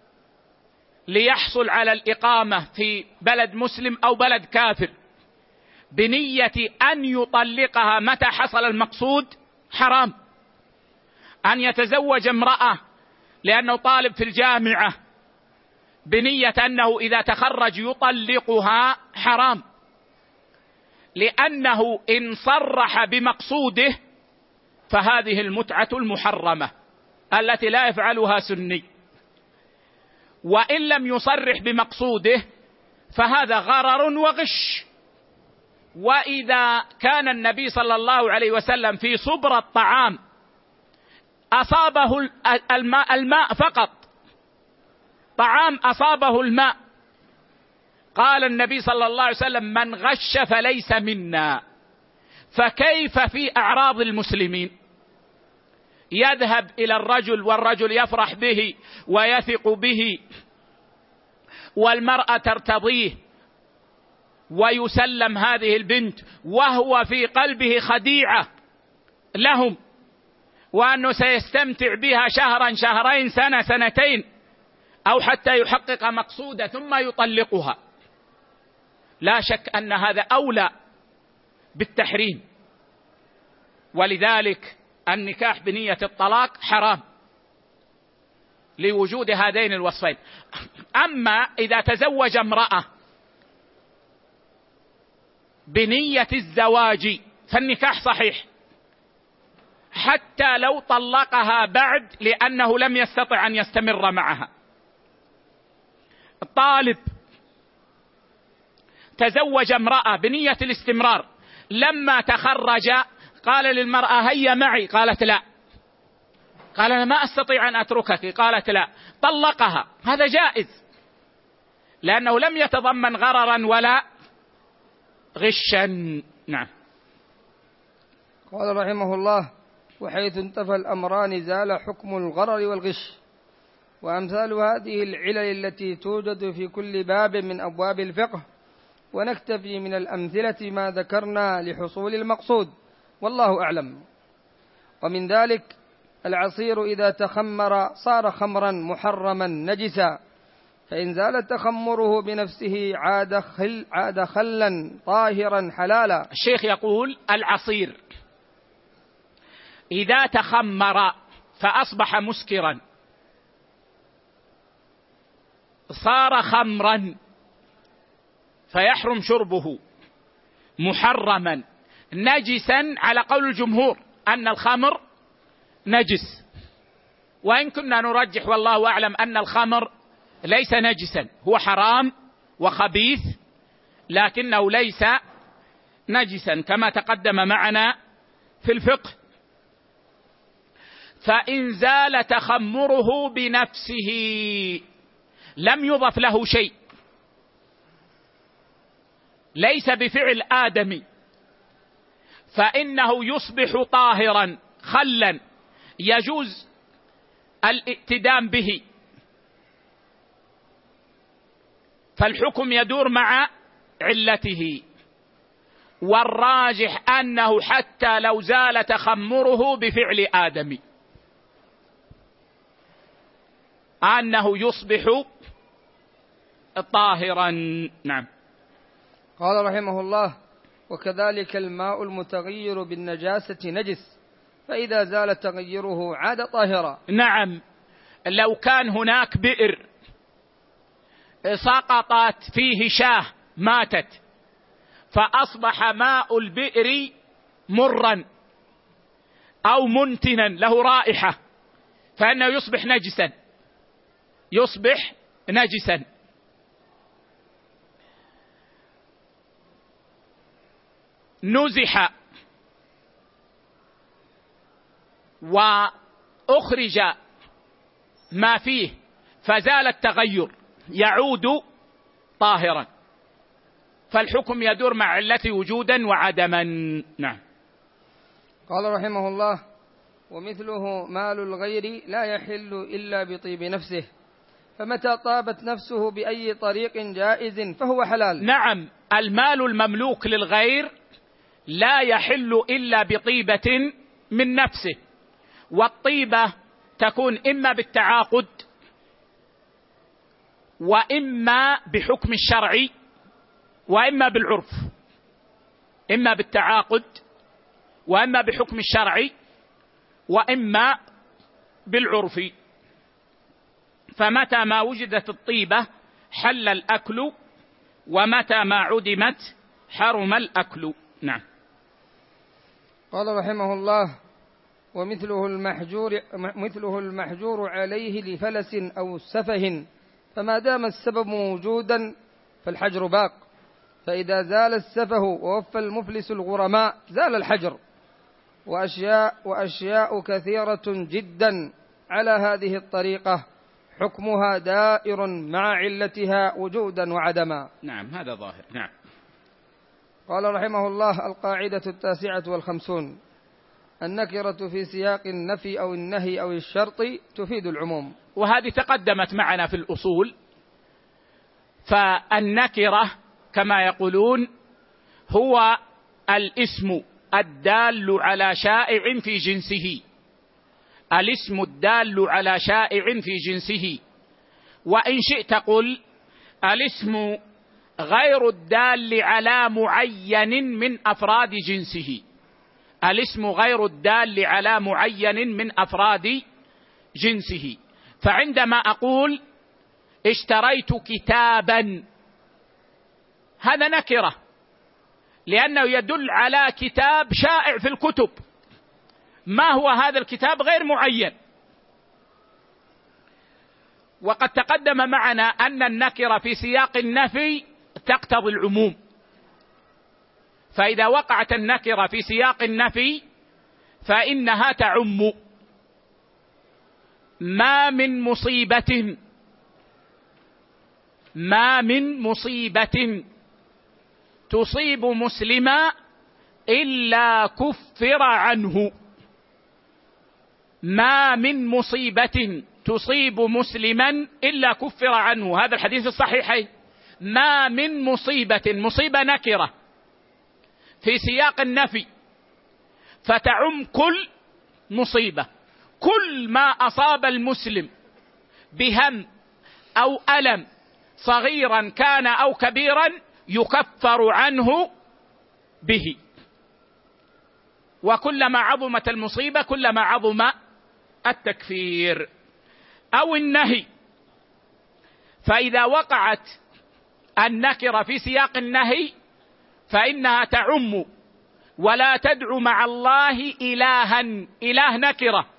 ليحصل على الإقامة في بلد مسلم أو بلد كافر بنية أن يطلقها متى حصل المقصود حرام. أن يتزوج امرأة لأنه طالب في الجامعة بنية أنه إذا تخرج يطلقها حرام، لأنه إن صرح بمقصوده فهذه المتعة المحرمة التي لا يفعلها سني، وإن لم يصرح بمقصوده فهذا غرر وغش، وإذا كان النبي صلى الله عليه وسلم في صبر الطعام أصابه الماء فقط، طعام أصابه الماء، قال النبي صلى الله عليه وسلم: من غش فليس منا. فكيف في أعراض المسلمين؟ يذهب إلى الرجل والرجل يفرح به ويثق به، والمرأة ترتضيه، ويسلم هذه البنت وهو في قلبه خديعة لهم، وأنه سيستمتع بها شهرا، شهرين، سنة، سنتين، أو حتى يحقق مقصوده ثم يطلقها. لا شك أن هذا أولى بالتحريم، ولذلك النكاح بنية الطلاق حرام لوجود هذين الوصفين. أما إذا تزوج امرأة بنية الزواج فالنكاح صحيح، حتى لو طلقها بعد لأنه لم يستطع أن يستمر معها. الطالب تزوج امرأة بنية الاستمرار، لما تخرج قال للمرأة: هيا معي، قالت لا، قال: أنا ما أستطيع أن أتركك، قالت لا، طلقها. هذا جائز لأنه لم يتضمن غررا ولا غشا. نعم. قال رحمه الله: وحيث انتفى الأمران زال حكم الغرر والغش. وأمثال هذه العلل التي توجد في كل باب من أبواب الفقه، ونكتفي من الأمثلة ما ذكرنا لحصول المقصود، والله أعلم. ومن ذلك العصير إذا تخمر صار خمرا محرما نجسا، فإن زال تخمره بنفسه عاد خلا طاهرا حلالا. الشيخ يقول: العصير إذا تخمر فأصبح مسكرا صار خمرا فيحرم شربه، محرما نجسا على قول الجمهور أن الخمر نجس، وإن كنا نرجح والله أعلم أن الخمر ليس نجسا، هو حرام وخبيث لكنه ليس نجسا كما تقدم معنا في الفقه. فإن زال تخمره بنفسه لم يضف له شيء، ليس بفعل آدمي، فإنه يصبح طاهرا خلا يجوز الائتدام به، فالحكم يدور مع علته. والراجح أنه حتى لو زال تخمره بفعل آدمي أنه يصبح طاهرا. نعم. قال رحمه الله: وكذلك الماء المتغير بالنجاسة نجس، فإذا زال تغيره عاد طاهرا. نعم. لو كان هناك بئر سقطت فيه شاة ماتت فأصبح ماء البئر مرا أو منتنا له رائحة فإنه يصبح نجسا، يصبح نجسا. نزح وأخرج ما فيه فزال التغير يعود طاهرا، فالحكم يدور مع علته وجودا وعدما. نعم. قال رحمه الله: ومثله مال الغير لا يحل إلا بطيب نفسه، فمتى طابت نفسه بأي طريق جائز فهو حلال. نعم. المال المملوك للغير لا يحل إلا بطيبة من نفسه، والطيبة تكون إما بالتعاقد وإما بحكم الشرع وإما بالعرف، إما بالتعاقد وإما بحكم الشرع وإما بالعرف. فمتى ما وجدت الطيبة حل الأكل، ومتى ما عدمت حرم الأكل. نعم. قال رحمه الله: ومثله المحجور عليه لفلس أو سفه، فما دام السبب موجودا فالحجر باق، فإذا زال السفه ووفى المفلس الغرماء زال الحجر. وأشياء كثيرة جدا على هذه الطريقة حكمها دائر مع علتها وجودا وعدما. نعم هذا ظاهر. نعم. قال رحمه الله: القاعدة 59: النكرة في سياق النفي أو النهي أو الشرط تفيد العموم. وهذه تقدمت معنا في الأصول. فالنكرة كما يقولون هو الاسم الدال على شائع في جنسه، الاسم الدال على شائع في جنسه. وإن شئت قل الاسم غير الدال على معين من أفراد جنسه، الاسم غير الدال على معين من أفراد جنسه. فعندما أقول اشتريت كتابا، هذا نكرة لأنه يدل على كتاب شائع في الكتب. ما هو هذا الكتاب؟ غير معين. وقد تقدم معنا أن النكرة في سياق النفي تقتضي العموم. فإذا وقعت النكرة في سياق النفي فإنها تعم. ما من مصيبة تصيب مسلما إلا كفر عنه. ما من مصيبة تصيب مسلما إلا كفر عنه، هذا الحديث الصحيحين. ما من مصيبة نكرة في سياق النفي فتعم كل مصيبة. كل ما أصاب المسلم بهم أو ألم صغيرا كان أو كبيرا يكفر عنه به. وكلما عظمت المصيبة كلما عظم التكفير. أو النهي، فإذا وقعت النكرة في سياق النهي فإنها تعم ولا تدع مع الله إلها. إله نكرة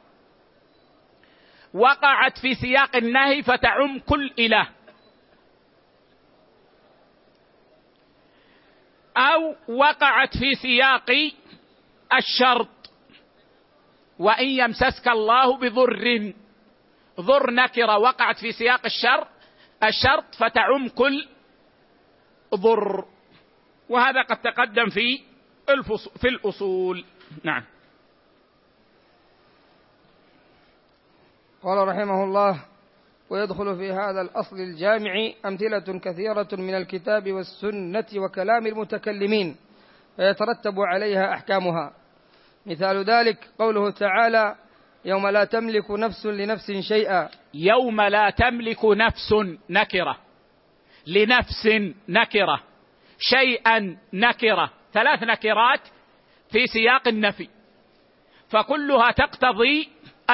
وقعت في سياق النهي فتعم كل إله. أو وقعت في سياق الشرط: وإن يمسسك الله بضر. ضر نكرة وقعت في سياق الشرط فتعم كل ضر. وهذا قد تقدم في الأصول. نعم. قال رحمه الله: ويدخل في هذا الأصل الجامع أمثلة كثيرة من الكتاب والسنة وكلام المتكلمين فيترتب عليها أحكامها. مثال ذلك قوله تعالى: يوم لا تملك نفس لنفس شيئا. يوم لا تملك نفس نكرة، لنفس نكرة، شيئا نكرة، 3 نكرات في سياق النفي فكلها تقتضي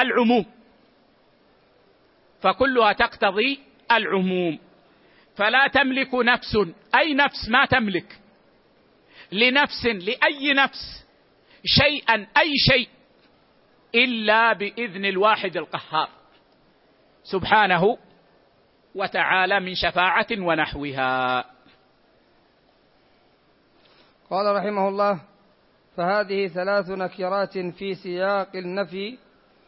العموم. فلا تملك نفس، أي نفس ما تملك، لنفس، لأي نفس، شيئا، أي شيء، إلا بإذن الواحد القهار سبحانه وتعالى من شفاعة ونحوها. قال رحمه الله: فهذه 3 نكرات في سياق النفي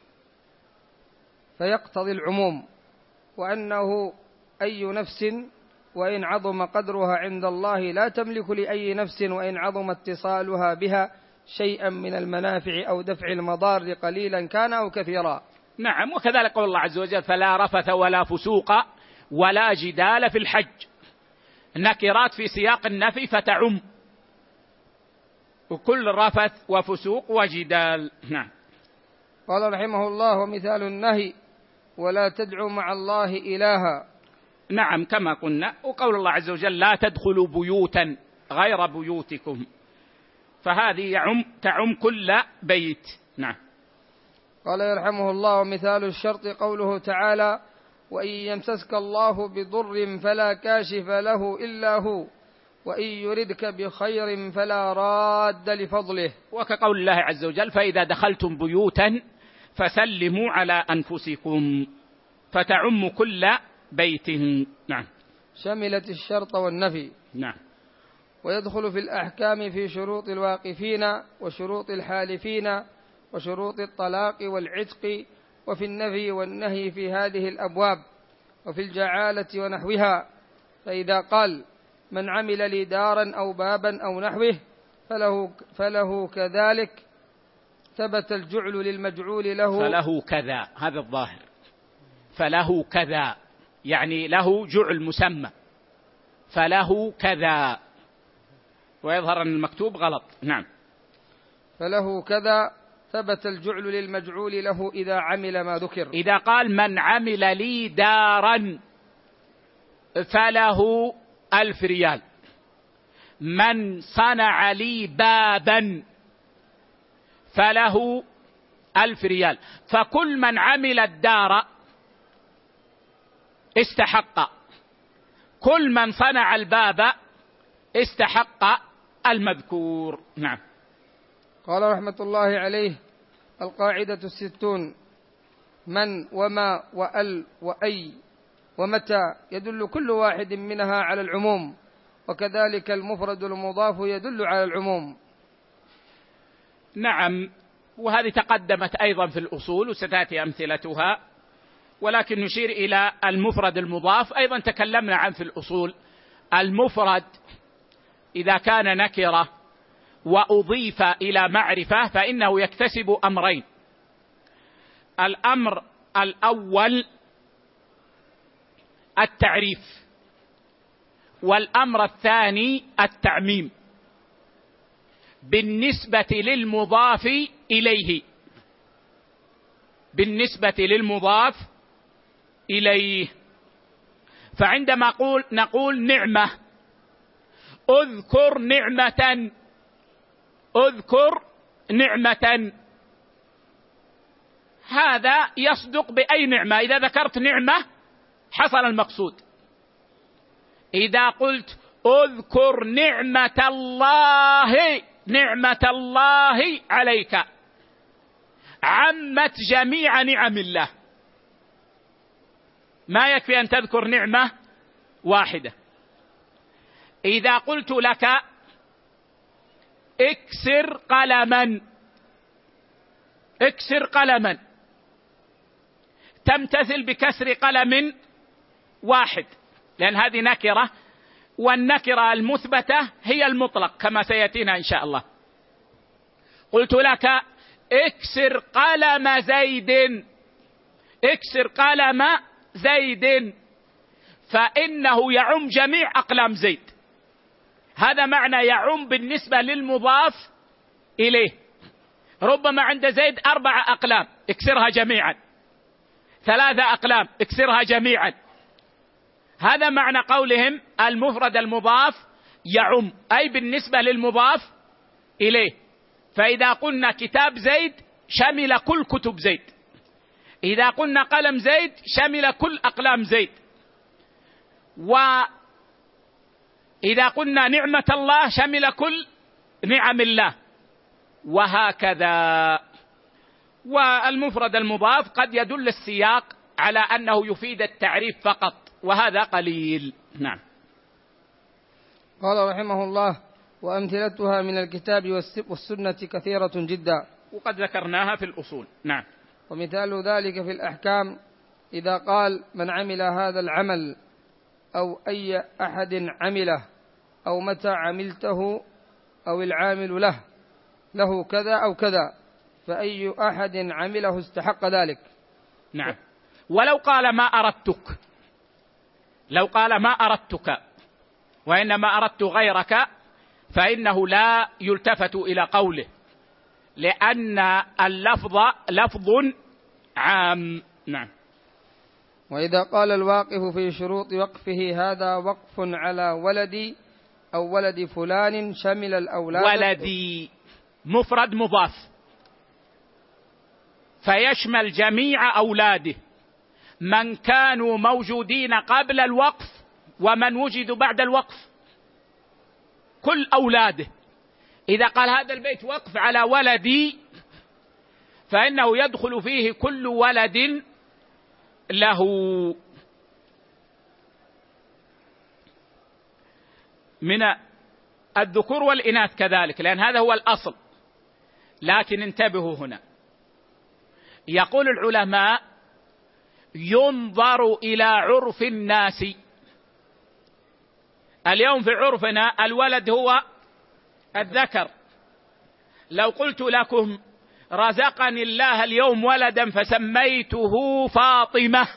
فيقتضي العموم، وأنه أي نفس وإن عظم قدرها عند الله لا تملك لأي نفس وإن عظم اتصالها بها شيئا من المنافع أو دفع المضار قليلا كان أو كثيرا. نعم. وكذلك قول الله عز وجل: فلا رفث ولا فسوق ولا جدال في الحج. نكرات في سياق النفي فتعم وكل رفث وفسوق وجدال. نعم. قال رحمه الله: ومثال النهي: ولا تدعوا مع الله إلها. نعم كما قلنا. وقول الله عز وجل: لا تدخلوا بيوتا غير بيوتكم، فهذه تعم كل بيت. نعم. قال يرحمه الله: ومثال الشرط قوله تعالى: وإن يمسسك الله بضر فلا كاشف له إلا هو وإن يردك بخير فلا راد لفضله. وكقول الله عز وجل: فإذا دخلتم بيوتا فسلموا على أنفسكم، فتعم كل بيت. نعم. شملت الشرط والنفي. نعم. ويدخل في الأحكام في شروط الواقفين وشروط الحالفين وشروط الطلاق والعتق، وفي النفي والنهي في هذه الأبواب، وفي الجعالة ونحوها. فإذا قال من عمل لي دارا أو بابا أو نحوه فله كذلك، ثبت الجعل للمجعول له. فله كذا، هذا الظاهر، فله كذا يعني له جعل مسمى، فله كذا، ويظهر أن المكتوب غلط. نعم. فله كذا ثبت الجعل للمجعول له إذا عمل ما ذكر. إذا قال من عمل لي دارا فله 1000 ريال، من صنع لي بابا فله 1000 ريال، فكل من عمل الدار استحق، كل من صنع الباب استحق المذكور. نعم. قال رحمة الله عليه: القاعدة 60: من وما وأل وأي ومتى يدل كل واحد منها على العموم، وكذلك المفرد المضاف يدل على العموم. نعم، وهذه تقدمت أيضا في الأصول وستأتي أمثلتها، ولكن نشير إلى المفرد المضاف. أيضا تكلمنا عنه في الأصول. المفرد إذا كان نكرة وأضيف إلى معرفة فإنه يكتسب أمرين: الأمر الأول التعريف، والأمر الثاني التعميم بالنسبة للمضاف إليه. بالنسبة للمضاف إليه، فعندما نقول نعمة، أذكر نعمة، أذكر نعمة، هذا يصدق بأي نعمة. إذا ذكرت نعمة حصل المقصود. إذا قلت أذكر نعمة الله، نعمة الله عليك، عمت جميع نعم الله. ما يكفي أن تذكر نعمة واحدة. إذا قلت لك اكسر قلما، اكسر قلما، تمتثل بكسر قلم واحد، لأن هذه نكرة، والنكرة المثبتة هي المطلق كما سيأتينا إن شاء الله. قلت لك اكسر قلم زيد، اكسر قلم زيد، فإنه يعم جميع أقلام زيد. هذا معنى يعم بالنسبة للمضاف إليه. ربما عند زيد 4 أقلام، اكسرها جميعا، 3 أقلام، اكسرها جميعا. هذا معنى قولهم المفرد المضاف يعم، أي بالنسبة للمضاف إليه. فإذا قلنا كتاب زيد شمل كل كتب زيد، إذا قلنا قلم زيد شمل كل أقلام زيد، وإذا قلنا نعمة الله شمل كل نعم الله، وهكذا. والمفرد المضاف قد يدل السياق على أنه يفيد التعريف فقط، وهذا قليل. نعم. قال رحمه الله: وأمثلتها من الكتاب والسنة كثيرة جدا، وقد ذكرناها في الأصول. نعم. ومثال ذلك في الأحكام: إذا قال من عمل هذا العمل، أو أي أحد عمله، أو متى عملته، أو العامل له كذا أو كذا، فأي أحد عمله استحق ذلك. نعم. ولو قال ما أردتك، لو قال ما أردتك وإنما أردت غيرك، فإنه لا يلتفت إلى قوله، لأن اللفظ لفظ عام. نعم. وإذا قال الواقف في شروط وقفه هذا وقف على ولدي أو ولد فلان، شمل الأولاد. ولدي مفرد مضاف، فيشمل جميع أولاده، من كانوا موجودين قبل الوقف ومن وجدوا بعد الوقف، كل أولاده. إذا قال هذا البيت وقف على ولدي، فإنه يدخل فيه كل ولد له. من الذكور والإناث كذلك، لأن هذا هو الأصل. لكن انتبهوا هنا، يقول العلماء ينظر إلى عرف الناس. اليوم في عرفنا الولد هو الذكر. لو قلت لكم رزقني الله اليوم ولدا فسميته فاطمة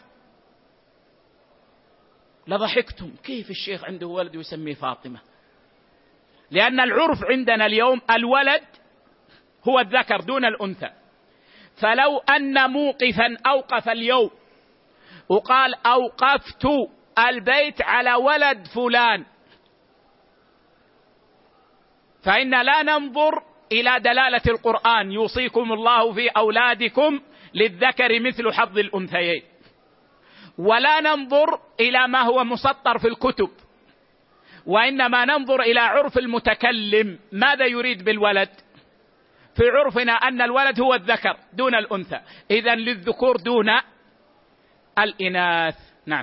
لضحكتم، كيف الشيخ عنده ولد ويسميه فاطمة؟ لأن العرف عندنا اليوم الولد هو الذكر دون الأنثى. فلو أن موقفا أوقف اليوم وقال أوقفت البيت على ولد فلان، فإن لا ننظر إلى دلالة القرآن يوصيكم الله في أولادكم للذكر مثل حظ الأنثيين، ولا ننظر إلى ما هو مسطر في الكتب، وإنما ننظر إلى عرف المتكلم ماذا يريد بالولد. في عرفنا أن الولد هو الذكر دون الأنثى، إذن للذكور دون الإناث. نعم.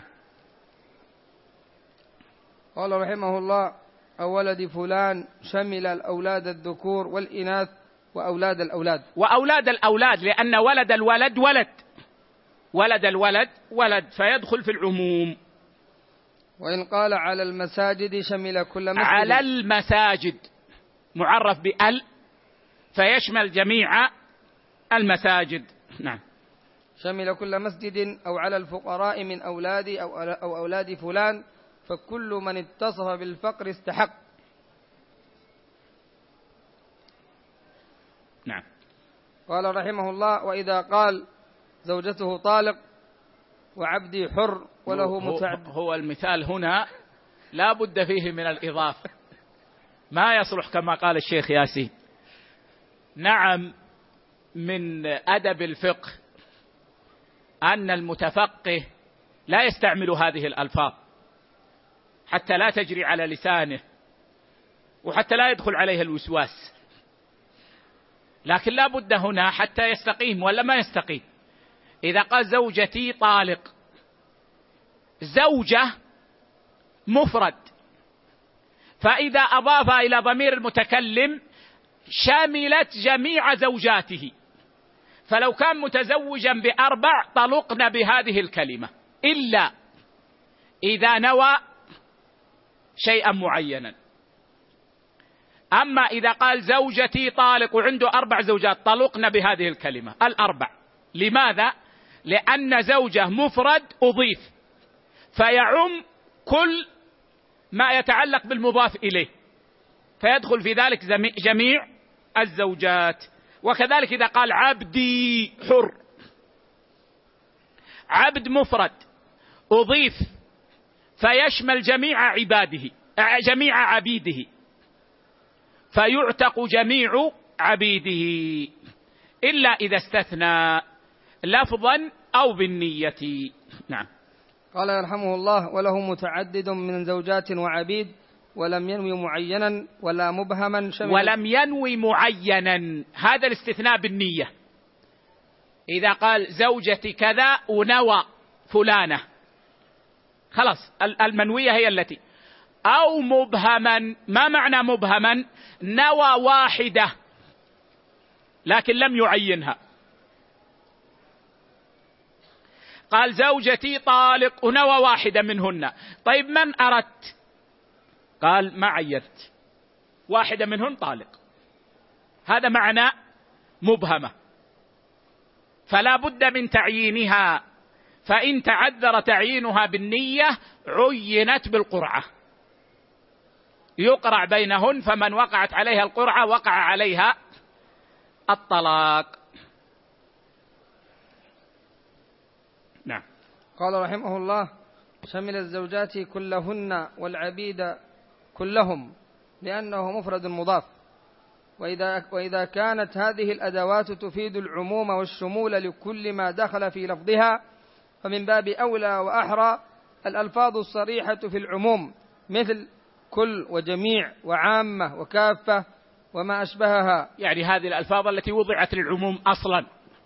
قال رحمه الله أو ولد فلان شمل الأولاد الذكور والإناث وأولاد الأولاد. وأولاد الأولاد لأن ولد الولد ولد، ولد الولد ولد، فيدخل في العموم. وإن قال على المساجد شمل كل مسجد. على المساجد معرف بأل فيشمل جميع المساجد. نعم. شمل كل مسجد أو على الفقراء من أولادي أو أولاد فلان، فكل من اتصف بالفقر استحق. نعم. قال رحمه الله وإذا قال زوجته طالق وعبدي حر وله متعدد. هو المثال هنا لا بد فيه من الإضافة، ما يصلح كما قال الشيخ ياسين. نعم، من أدب الفقه أن المتفقه لا يستعمل هذه الألفاظ حتى لا تجري على لسانه وحتى لا يدخل عليه الوسواس، لكن لا بد هنا حتى يستقيم ولا ما يستقيم. إذا قال زوجتي طالق، زوجة مفرد، فإذا أضاف إلى ضمير المتكلم شملت جميع زوجاته، فلو كان متزوجا بأربع طلقنا بهذه الكلمة إلا إذا نوى شيئا معينا. أما إذا قال زوجتي طالق وعنده 4 زوجات طلقنا بهذه الكلمة الأربع. لماذا؟ لأن زوجة مفرد أضيف فيعم كل ما يتعلق بالمضاف إليه، فيدخل في ذلك جميع الزوجات. وكذلك إذا قال عبدي حر، عبد مفرد أضيف فيشمل جميع عباده جميع عبيده، فيعتق جميع عبيده إلا إذا استثنى لفظا أو بالنية. نعم. قال يرحمه الله وله متعدد من زوجات وعبيد ولم ينوي معينا ولا مبهما شمل. ولم ينوي معينا، هذا الاستثناء بالنية. إذا قال زوجتي كذا ونوى فلانة خلاص المنوية هي التي. أو مبهما. ما معنى مبهما؟ نوى واحدة لكن لم يعينها. قال زوجتي طالق ونوى واحدة منهن، طيب من أردت؟ قال ما عينت، واحدة منهن طالق، هذا معنى مبهمة، فلا بد من تعيينها، فإن تعذر تعيينها بالنية عينت بالقرعة، يقرع بينهن، فمن وقعت عليها القرعة وقع عليها الطلاق. نعم. قال رحمه الله شمل الزوجات كلهن والعبيد كلهم لأنه مفرد مضاف. وإذا كانت هذه الأدوات تفيد العموم والشمول لكل ما دخل في لفظها، فمن باب أولى وأحرى الألفاظ الصريحة في العموم مثل كل وجميع وعامة وكافة وما أشبهها، يعني هذه الألفاظ التي وضعت للعموم أصلا،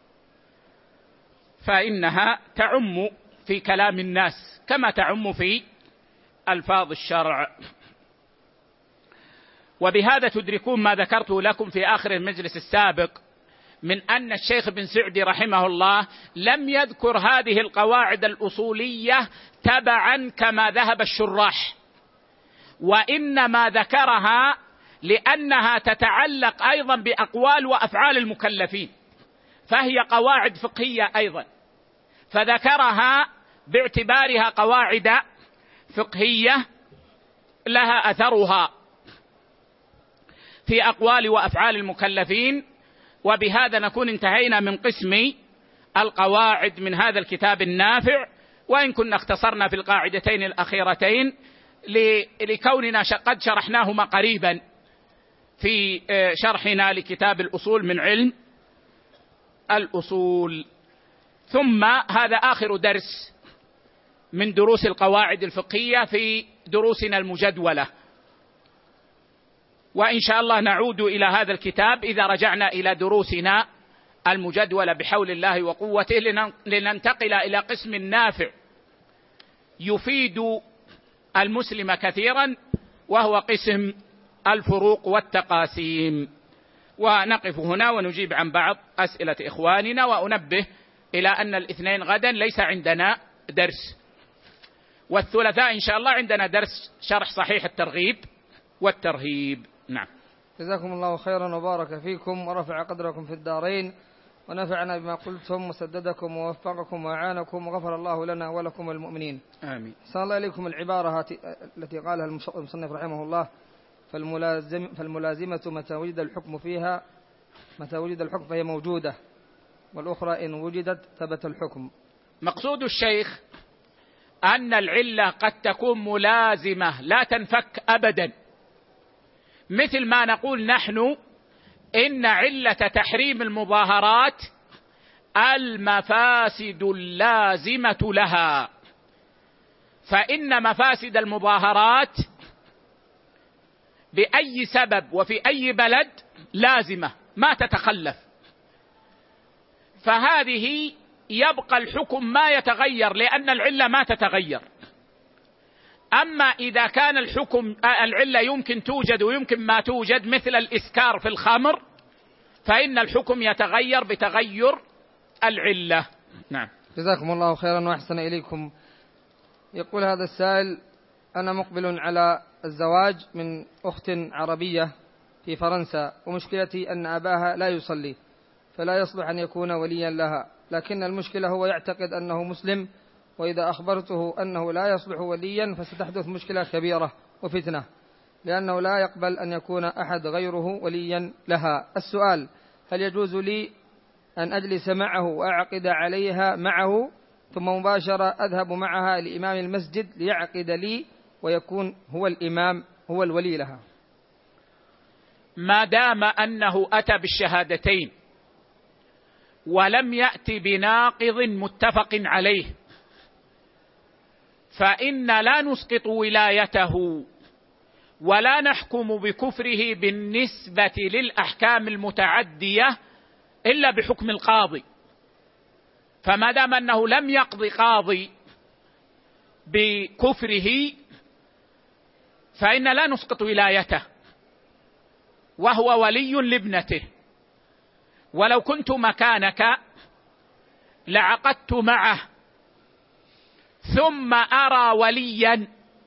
فإنها تعم في كلام الناس كما تعم في ألفاظ الشرع. وبهذا تدركون ما ذكرته لكم في آخر المجلس السابق من أن الشيخ بن سعدي رحمه الله لم يذكر هذه القواعد الأصولية تبعا كما ذهب الشراح، وإنما ذكرها لأنها تتعلق أيضا بأقوال وأفعال المكلفين، فهي قواعد فقهية أيضا، فذكرها باعتبارها قواعد فقهية لها أثرها في أقوال وأفعال المكلفين. وبهذا نكون انتهينا من قسم القواعد من هذا الكتاب النافع، وإن كنا اختصرنا في القاعدتين الأخيرتين لكوننا قد شرحناهما قريبا في شرحنا لكتاب الأصول من علم الأصول. ثم هذا آخر درس من دروس القواعد الفقهية في دروسنا المجدولة، وإن شاء الله نعود إلى هذا الكتاب إذا رجعنا إلى دروسنا المجدولة بحول الله وقوته، لننتقل إلى قسم نافع يفيد المسلم كثيرا، وهو قسم الفروق والتقاسيم. ونقف هنا ونجيب عن بعض أسئلة إخواننا، وأنبه إلى أن الاثنين غدا ليس عندنا درس، والثلاثاء إن شاء الله عندنا درس شرح صحيح الترغيب والترهيب. نعم. جزاكم الله خيرا وبارك فيكم ورفع قدركم في الدارين، ونفعنا بما قلتم وسددكم ووفقكم وأعانكم، وغفر الله لنا ولكم المؤمنين. آمين. صلى الله عليكم. العبارة التي قالها المصنف رحمه الله: فالملازمة متى وجد الحكم فيها، متى وجد الحكم فهي موجودة، والأخرى إن وجدت ثبت الحكم. مقصود الشيخ أن العلة قد تكون ملازمة لا تنفك أبدا، مثل ما نقول نحن إن علة تحريم المظاهرات المفاسد اللازمة لها، فإن مفاسد المظاهرات بأي سبب وفي أي بلد لازمة ما تتخلف، فهذه يبقى الحكم ما يتغير لأن العلة ما تتغير. أما إذا كان الحكم العلة يمكن توجد ويمكن ما توجد، مثل الإسكار في الخمر، فإن الحكم يتغير بتغير العلة. نعم. جزاكم الله خيرا وأحسن إليكم. يقول هذا السائل: أنا مقبل على الزواج من أخت عربية في فرنسا، ومشكلتي أن أباها لا يصلي، فلا يصلح أن يكون وليا لها، لكن المشكلة هو يعتقد أنه مسلم، وإذا أخبرته أنه لا يصلح وليا فستحدث مشكلة كبيرة وفتنة، لأنه لا يقبل أن يكون أحد غيره وليا لها. السؤال: هل يجوز لي أن أجلس معه وأعقد عليها معه، ثم مباشرة أذهب معها لإمام المسجد ليعقد لي ويكون هو الإمام هو الولي لها؟ ما دام أنه أتى بالشهادتين ولم يأتي بناقض متفق عليه، فإن لا نسقط ولايته ولا نحكم بكفره بالنسبة للأحكام المتعدية إلا بحكم القاضي. فما دام أنه لم يقضي قاضي بكفره فإن لا نسقط ولايته، وهو ولي لابنته. ولو كنت مكانك لعقدت معه، ثم أرى وليا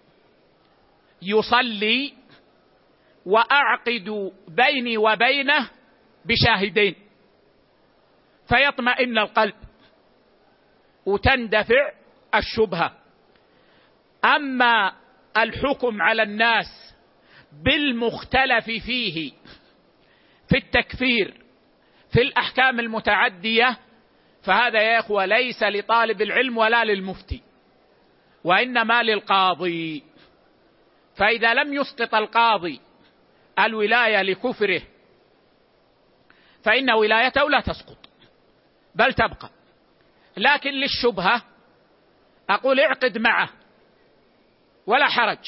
يصلي وأعقد بيني وبينه بشاهدين، فيطمئن القلب وتندفع الشبهة. أما الحكم على الناس بالمختلف فيه في التكفير في الأحكام المتعدية، فهذا يا إخوة ليس لطالب العلم ولا للمفتي، وإنما للقاضي. فإذا لم يسقط القاضي الولاية لكفره فإن ولايته لا تسقط بل تبقى. لكن للشبهة أقول اعقد معه ولا حرج،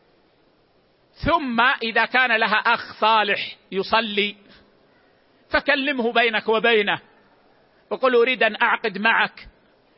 ثم إذا كان لها أخ صالح يصلي فكلمه بينك وبينه وقل أريد أن أعقد معك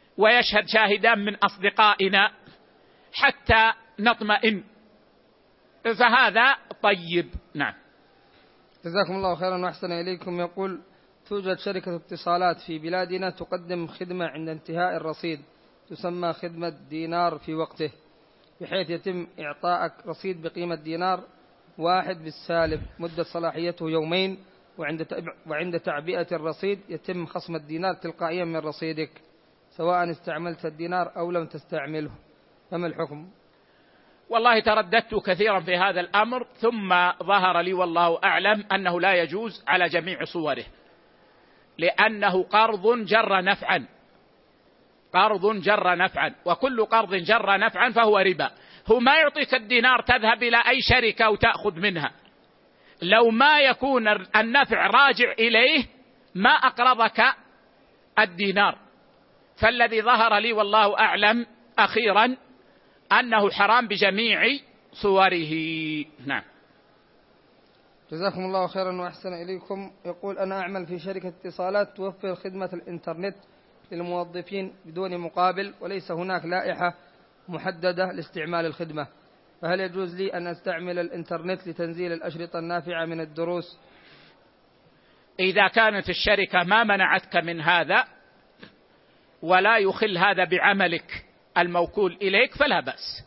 ويشهد شاهدان من أصدقائنا حتى نطمئن. فهذا طيب. نعم. جزاكم الله خيرا وأحسن إليكم. يقول: توجد شركة اتصالات في بلادنا تقدم خدمة عند انتهاء الرصيد تسمى خدمة دينار في وقته، بحيث يتم إعطائك رصيد بقيمة دينار واحد بالسالب، مدة صلاحيته يومين، وعند تعبئة الرصيد يتم خصم الدينار تلقائيا من رصيدك سواء استعملت الدينار أو لم تستعمله، فما الحكم؟ والله ترددت كثيرا في هذا الأمر، ثم ظهر لي والله أعلم أنه لا يجوز على جميع صوره، لأنه قرض جر نفعا، قرض جر نفعا، وكل قرض جر نفعا فهو ربا. هو ما يعطيك الدينار تذهب إلى أي شركة وتأخذ منها، لو ما يكون النفع راجع إليه ما أقرضك الدينار. فالذي ظهر لي والله أعلم أخيرا أنه حرام بجميع صوره. نعم. جزاكم الله خيرا وأحسن إليكم. يقول: أنا أعمل في شركة اتصالات توفر خدمة الإنترنت للموظفين بدون مقابل، وليس هناك لائحة محددة لاستعمال الخدمة، فهل يجوز لي أن أستعمل الإنترنت لتنزيل الأشرطة النافعة من الدروس؟ إذا كانت الشركة ما منعتك من هذا ولا يخل هذا بعملك الموكول إليك فلا بأس.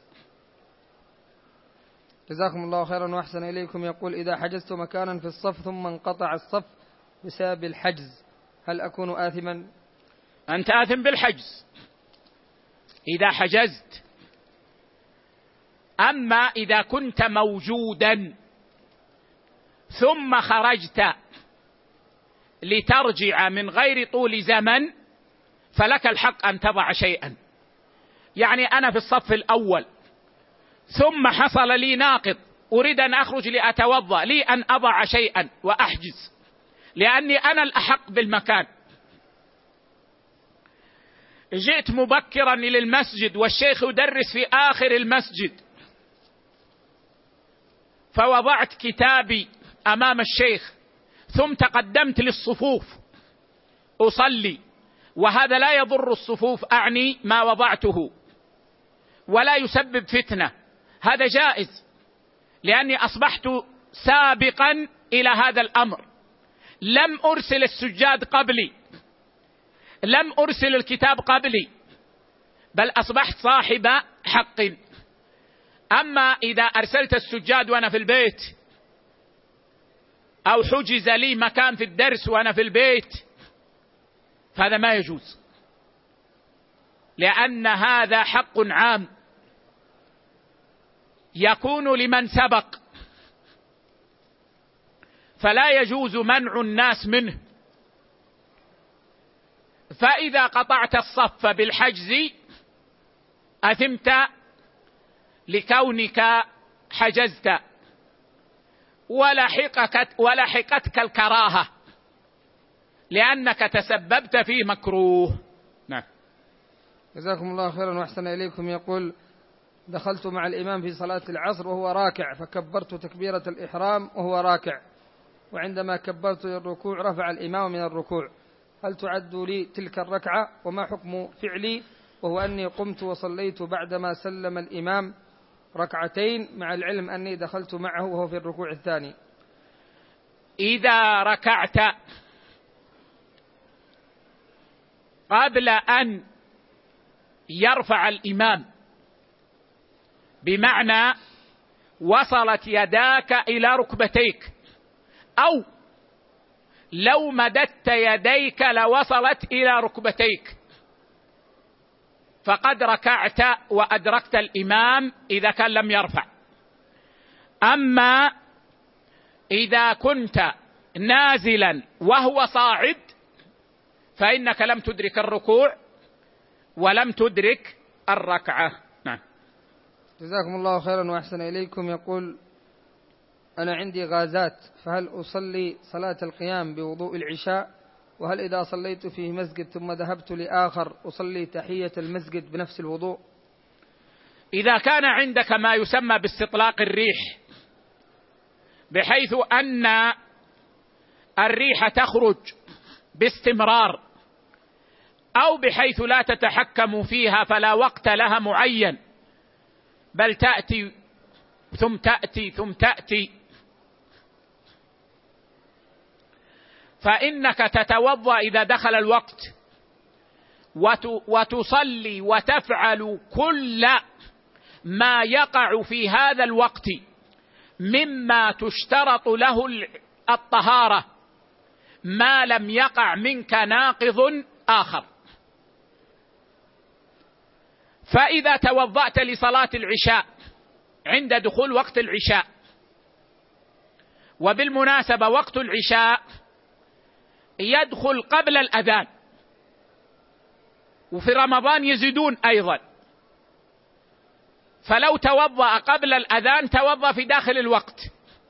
جزاكم الله خيرا وأحسن إليكم. يقول: إذا حجزت مكانا في الصف ثم انقطع الصف بسبب الحجز، هل أكون آثما؟ أنت آثم بالحجز إذا حجزت. أما إذا كنت موجودا ثم خرجت لترجع من غير طول زمن فلك الحق أن تضع شيئا. يعني أنا في الصف الأول ثم حصل لي ناقض، أريد أن أخرج لأتوضأ، لي أن أضع شيئا وأحجز، لأني أنا الأحق بالمكان. جئت مبكرا إلى المسجد والشيخ يدرس في آخر المسجد، فوضعت كتابي أمام الشيخ ثم تقدمت للصفوف أصلي، وهذا لا يضر الصفوف أعني ما وضعته ولا يسبب فتنة، هذا جائز، لأني أصبحت سابقا إلى هذا الأمر، لم أرسل السجاد قبلي، لم أرسل الكتاب قبلي، بل أصبحت صاحب حق. أما إذا أرسلت السجاد وأنا في البيت، أو حجز لي مكان في الدرس وأنا في البيت، فهذا ما يجوز، لأن هذا حق عام يكون لمن سبق، فلا يجوز منع الناس منه. فإذا قطعت الصف بالحجز أثمت لكونك حجزت، ولحقتك الكراهة لأنك تسببت في مكروه. نعم. جزاكم الله خيرا وأحسن إليكم. يقول: دخلت مع الإمام في صلاة العصر وهو راكع، فكبرت تكبيرة الإحرام وهو راكع، وعندما كبرت للركوع رفع الإمام من الركوع، هل تعد لي تلك الركعة؟ وما حكم فعلي وهو أني قمت وصليت بعدما سلم الإمام ركعتين، مع العلم أني دخلت معه وهو في الركوع الثاني؟ إذا ركعت قبل أن يرفع الإمام، بمعنى وصلت يداك إلى ركبتيك، أو لو مددت يديك لوصلت إلى ركبتيك، فقد ركعت وأدركت الإمام إذا كان لم يرفع. أما إذا كنت نازلا وهو صاعد فإنك لم تدرك الركوع ولم تدرك الركعة. نعم. جزاكم الله خيرا وأحسن إليكم. يقول: أنا عندي غازات، فهل أصلي صلاة القيام بوضوء العشاء؟ وهل إذا صليت في مسجد ثم ذهبت لآخر أصلي تحية المسجد بنفس الوضوء؟ إذا كان عندك ما يسمى باستطلاق الريح، بحيث أن الريح تخرج باستمرار، أو بحيث لا تتحكم فيها فلا وقت لها معين، بل تأتي ثم تأتي، فإنك تتوضأ إذا دخل الوقت وتصلي وتفعل كل ما يقع في هذا الوقت مما تشترط له الطهارة ما لم يقع منك ناقض آخر. فإذا توضأت لصلاة العشاء عند دخول وقت العشاء، وبالمناسبة وقت العشاء يدخل قبل الأذان، وفي رمضان يزيدون أيضا، فلو توضأ قبل الأذان توضأ في داخل الوقت،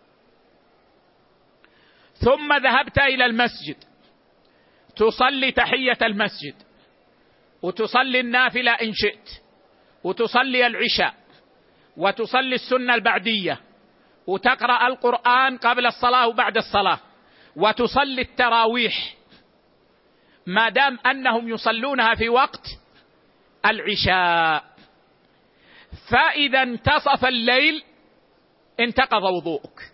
ثم ذهبت إلى المسجد تصلي تحية المسجد وتصلي النافلة إن شئت، وتصلي العشاء وتصلي السنة البعدية، وتقرأ القرآن قبل الصلاة وبعد الصلاة، وتصلي التراويح، ما دام أنهم يصلونها في وقت العشاء. فإذا انتصف الليل انتقض وضوءك.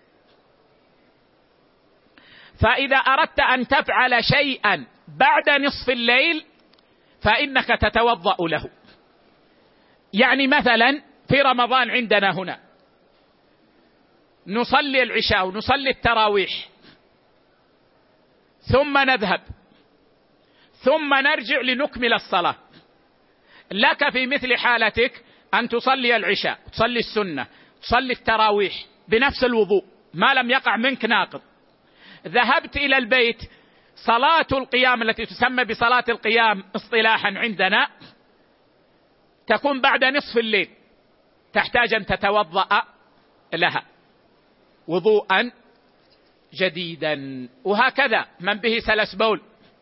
فإذا أردت أن تفعل شيئا بعد نصف الليل فإنك تتوضأ له. يعني مثلا في رمضان عندنا هنا نصلي العشاء ونصلي التراويح ثم نذهب ثم نرجع لنكمل الصلاة. لك في مثل حالتك أن تصلي العشاء، تصلي السنة، تصلي التراويح بنفس الوضوء ما لم يقع منك ناقض. ذهبت إلى البيت، صلاة القيام التي تسمى بصلاة القيام اصطلاحا عندنا تكون بعد نصف الليل، تحتاج أن تتوضأ لها وضوءا جديدا. وهكذا من به سلس بول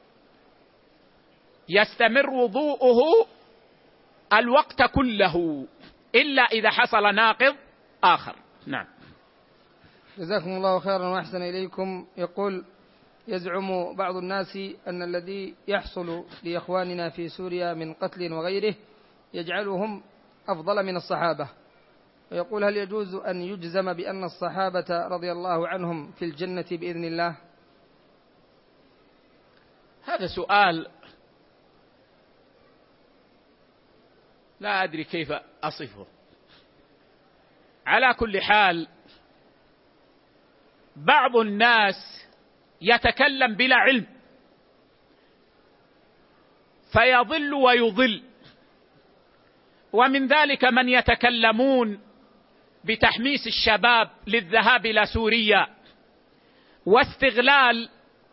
يستمر وضوءه الوقت كله إلا إذا حصل ناقض آخر. نعم. جزاكم الله خيرا وأحسن إليكم. يقول: يزعم بعض الناس أن الذي يحصل لإخواننا في سوريا من قتل وغيره يجعلهم أفضل من الصحابة، ويقول: هل يجوز أن يجزم بأن الصحابة رضي الله عنهم في الجنة بإذن الله؟ هذا سؤال لا أدري كيف أصفه. على كل حال بعض الناس يتكلم بلا علم فيضل ويضل، ومن ذلك من يتكلمون بتحميس الشباب للذهاب إلى سوريا واستغلال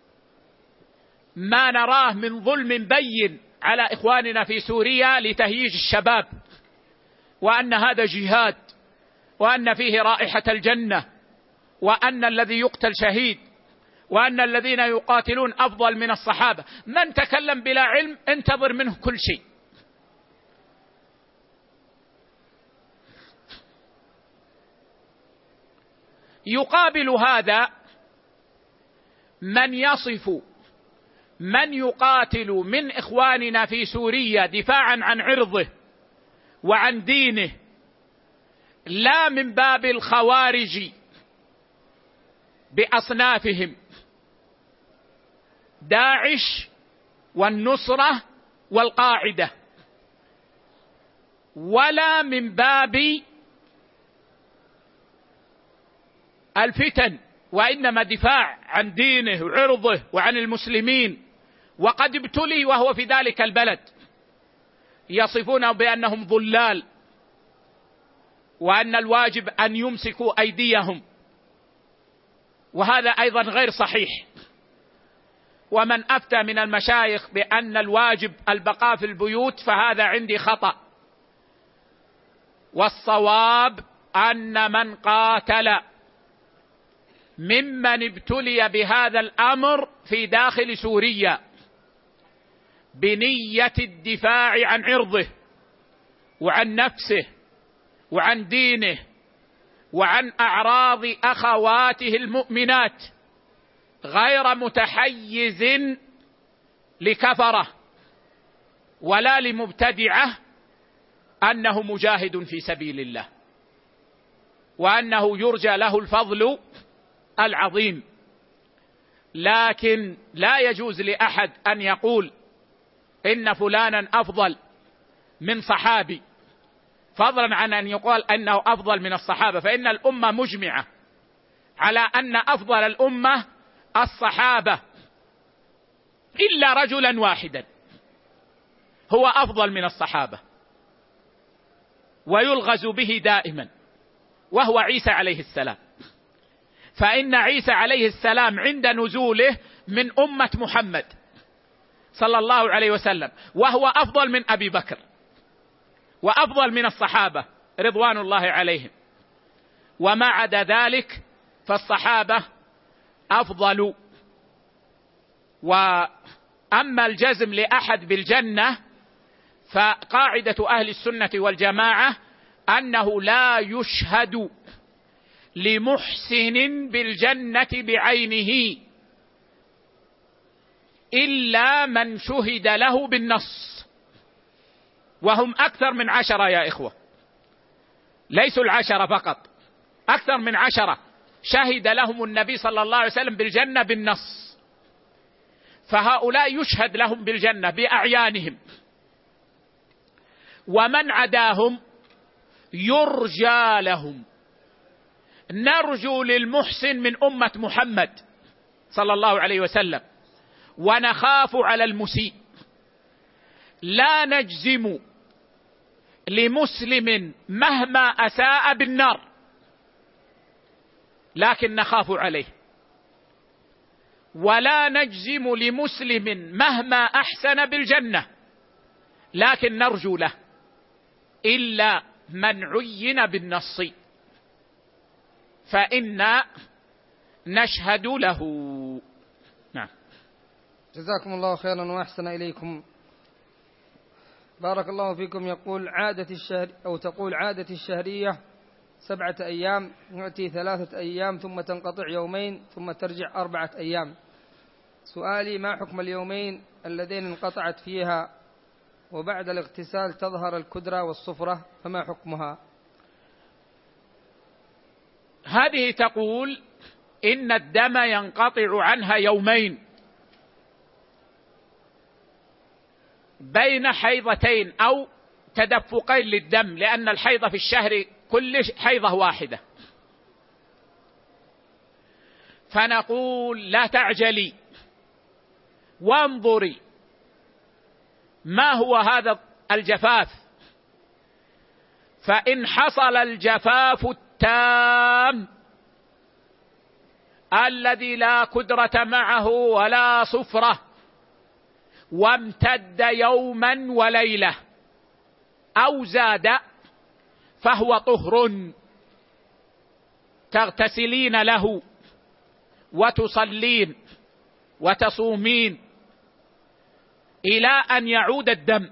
ما نراه من ظلم بين على إخواننا في سوريا لتهييج الشباب، وأن هذا جهاد، وأن فيه رائحة الجنة، وأن الذي يقتل شهيد، وأن الذين يقاتلون أفضل من الصحابة. من تكلم بلا علم انتظر منه كل شيء. يقابل هذا من يصف من يقاتل من إخواننا في سوريا دفاعا عن عرضه وعن دينه، لا من باب الخوارج بأصنافهم داعش والنصرة والقاعدة، ولا من باب الفتن، وإنما دفاع عن دينه وعرضه وعن المسلمين، وقد ابتلي وهو في ذلك البلد. يصفونه بأنهم ضلال، وأن الواجب أن يمسكوا أيديهم، وهذا أيضا غير صحيح. ومن أفتى من المشايخ بأن الواجب البقاء في البيوت فهذا عندي خطأ، والصواب أن من قاتل ممن ابتلي بهذا الأمر في داخل سوريا بنية الدفاع عن عرضه وعن نفسه وعن دينه وعن أعراض أخواته المؤمنات، غير متحيز لكفرة ولا لمبتدعة، أنه مجاهد في سبيل الله. وأنه يرجى له الفضل العظيم، لكن لا يجوز لأحد أن يقول إن فلانا أفضل من صحابي، فضلا عن أن يقال أنه أفضل من الصحابة، فإن الأمة مجمعة على أن أفضل الأمة الصحابة، إلا رجلا واحدا هو أفضل من الصحابة ويلغز به دائما، وهو عيسى عليه السلام. فإن عيسى عليه السلام عند نزوله من أمة محمد صلى الله عليه وسلم، وهو أفضل من أبي بكر وأفضل من الصحابة رضوان الله عليهم، وما عدا ذلك فالصحابة أفضل. وأما الجزم لأحد بالجنة فقاعدة أهل السنة والجماعة أنه لا يشهد لمحسن بالجنة بعينه إلا من شهد له بالنص، وهم أكثر من 10 يا إخوة، ليسوا 10 فقط، أكثر من 10 شهد لهم النبي صلى الله عليه وسلم بالجنة بالنص، فهؤلاء يشهد لهم بالجنة بأعيانهم، ومن عداهم يرجى لهم. نرجو للمحسن من أمة محمد صلى الله عليه وسلم، ونخاف على المسيء. لا نجزم لمسلم مهما أساء بالنار، لكن نخاف عليه، ولا نجزم لمسلم مهما أحسن بالجنة، لكن نرجو له، إلا من عين بالنص فإنا نشهد له. نعم. جزاكم الله خيرا وأحسن إليكم. بارك الله فيكم. يقول تقول عادة الشهرية 7 أيام، يأتي 3 أيام ثم تنقطع يومين ثم ترجع 4 أيام. سؤالي: ما حكم اليومين اللذين انقطعت فيها وبعد الاغتسال تظهر الكدرة والصفرة، فما حكمها؟ هذه تقول إن الدم ينقطع عنها يومين بين حيضتين أو تدفقين للدم، لأن الحيض في الشهر كل حيضة واحدة، فنقول لا تعجلي وانظري ما هو هذا الجفاف، فإن حصل الجفاف التام الذي لا كدرة معه ولا صفرة وامتد يوما وليلة أو زاد فهو طهر، تغتسلين له وتصلين وتصومين إلى أن يعود الدم.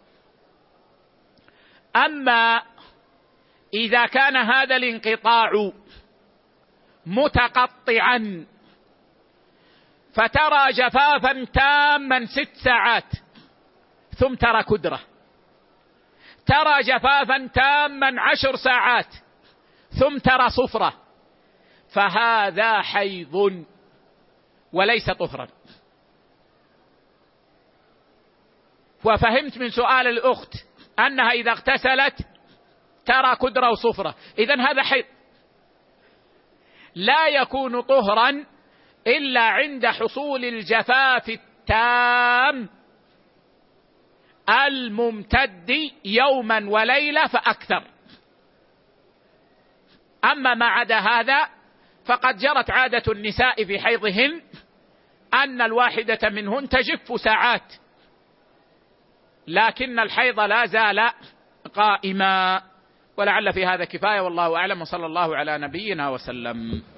أما إذا كان هذا الانقطاع متقطعا فترى جفافا تاما 6 ساعات ثم ترى كدرة، ترى جفافا تاما 10 ساعات ثم ترى صفرة، فهذا حيض وليس طهرا. وفهمت من سؤال الأخت أنها إذا اغتسلت ترى كدرة وصفرة، إذن هذا حيض لا يكون طهرا إلا عند حصول الجفاف التام الممتد يوما وليلة فأكثر. أما ما عدا هذا فقد جرت عادة النساء في حيضهن أن الواحدة منهن تجف ساعات، لكن الحيض لا زال قائما. ولعل في هذا كفاية، والله أعلم، وصلى الله على نبينا وسلم.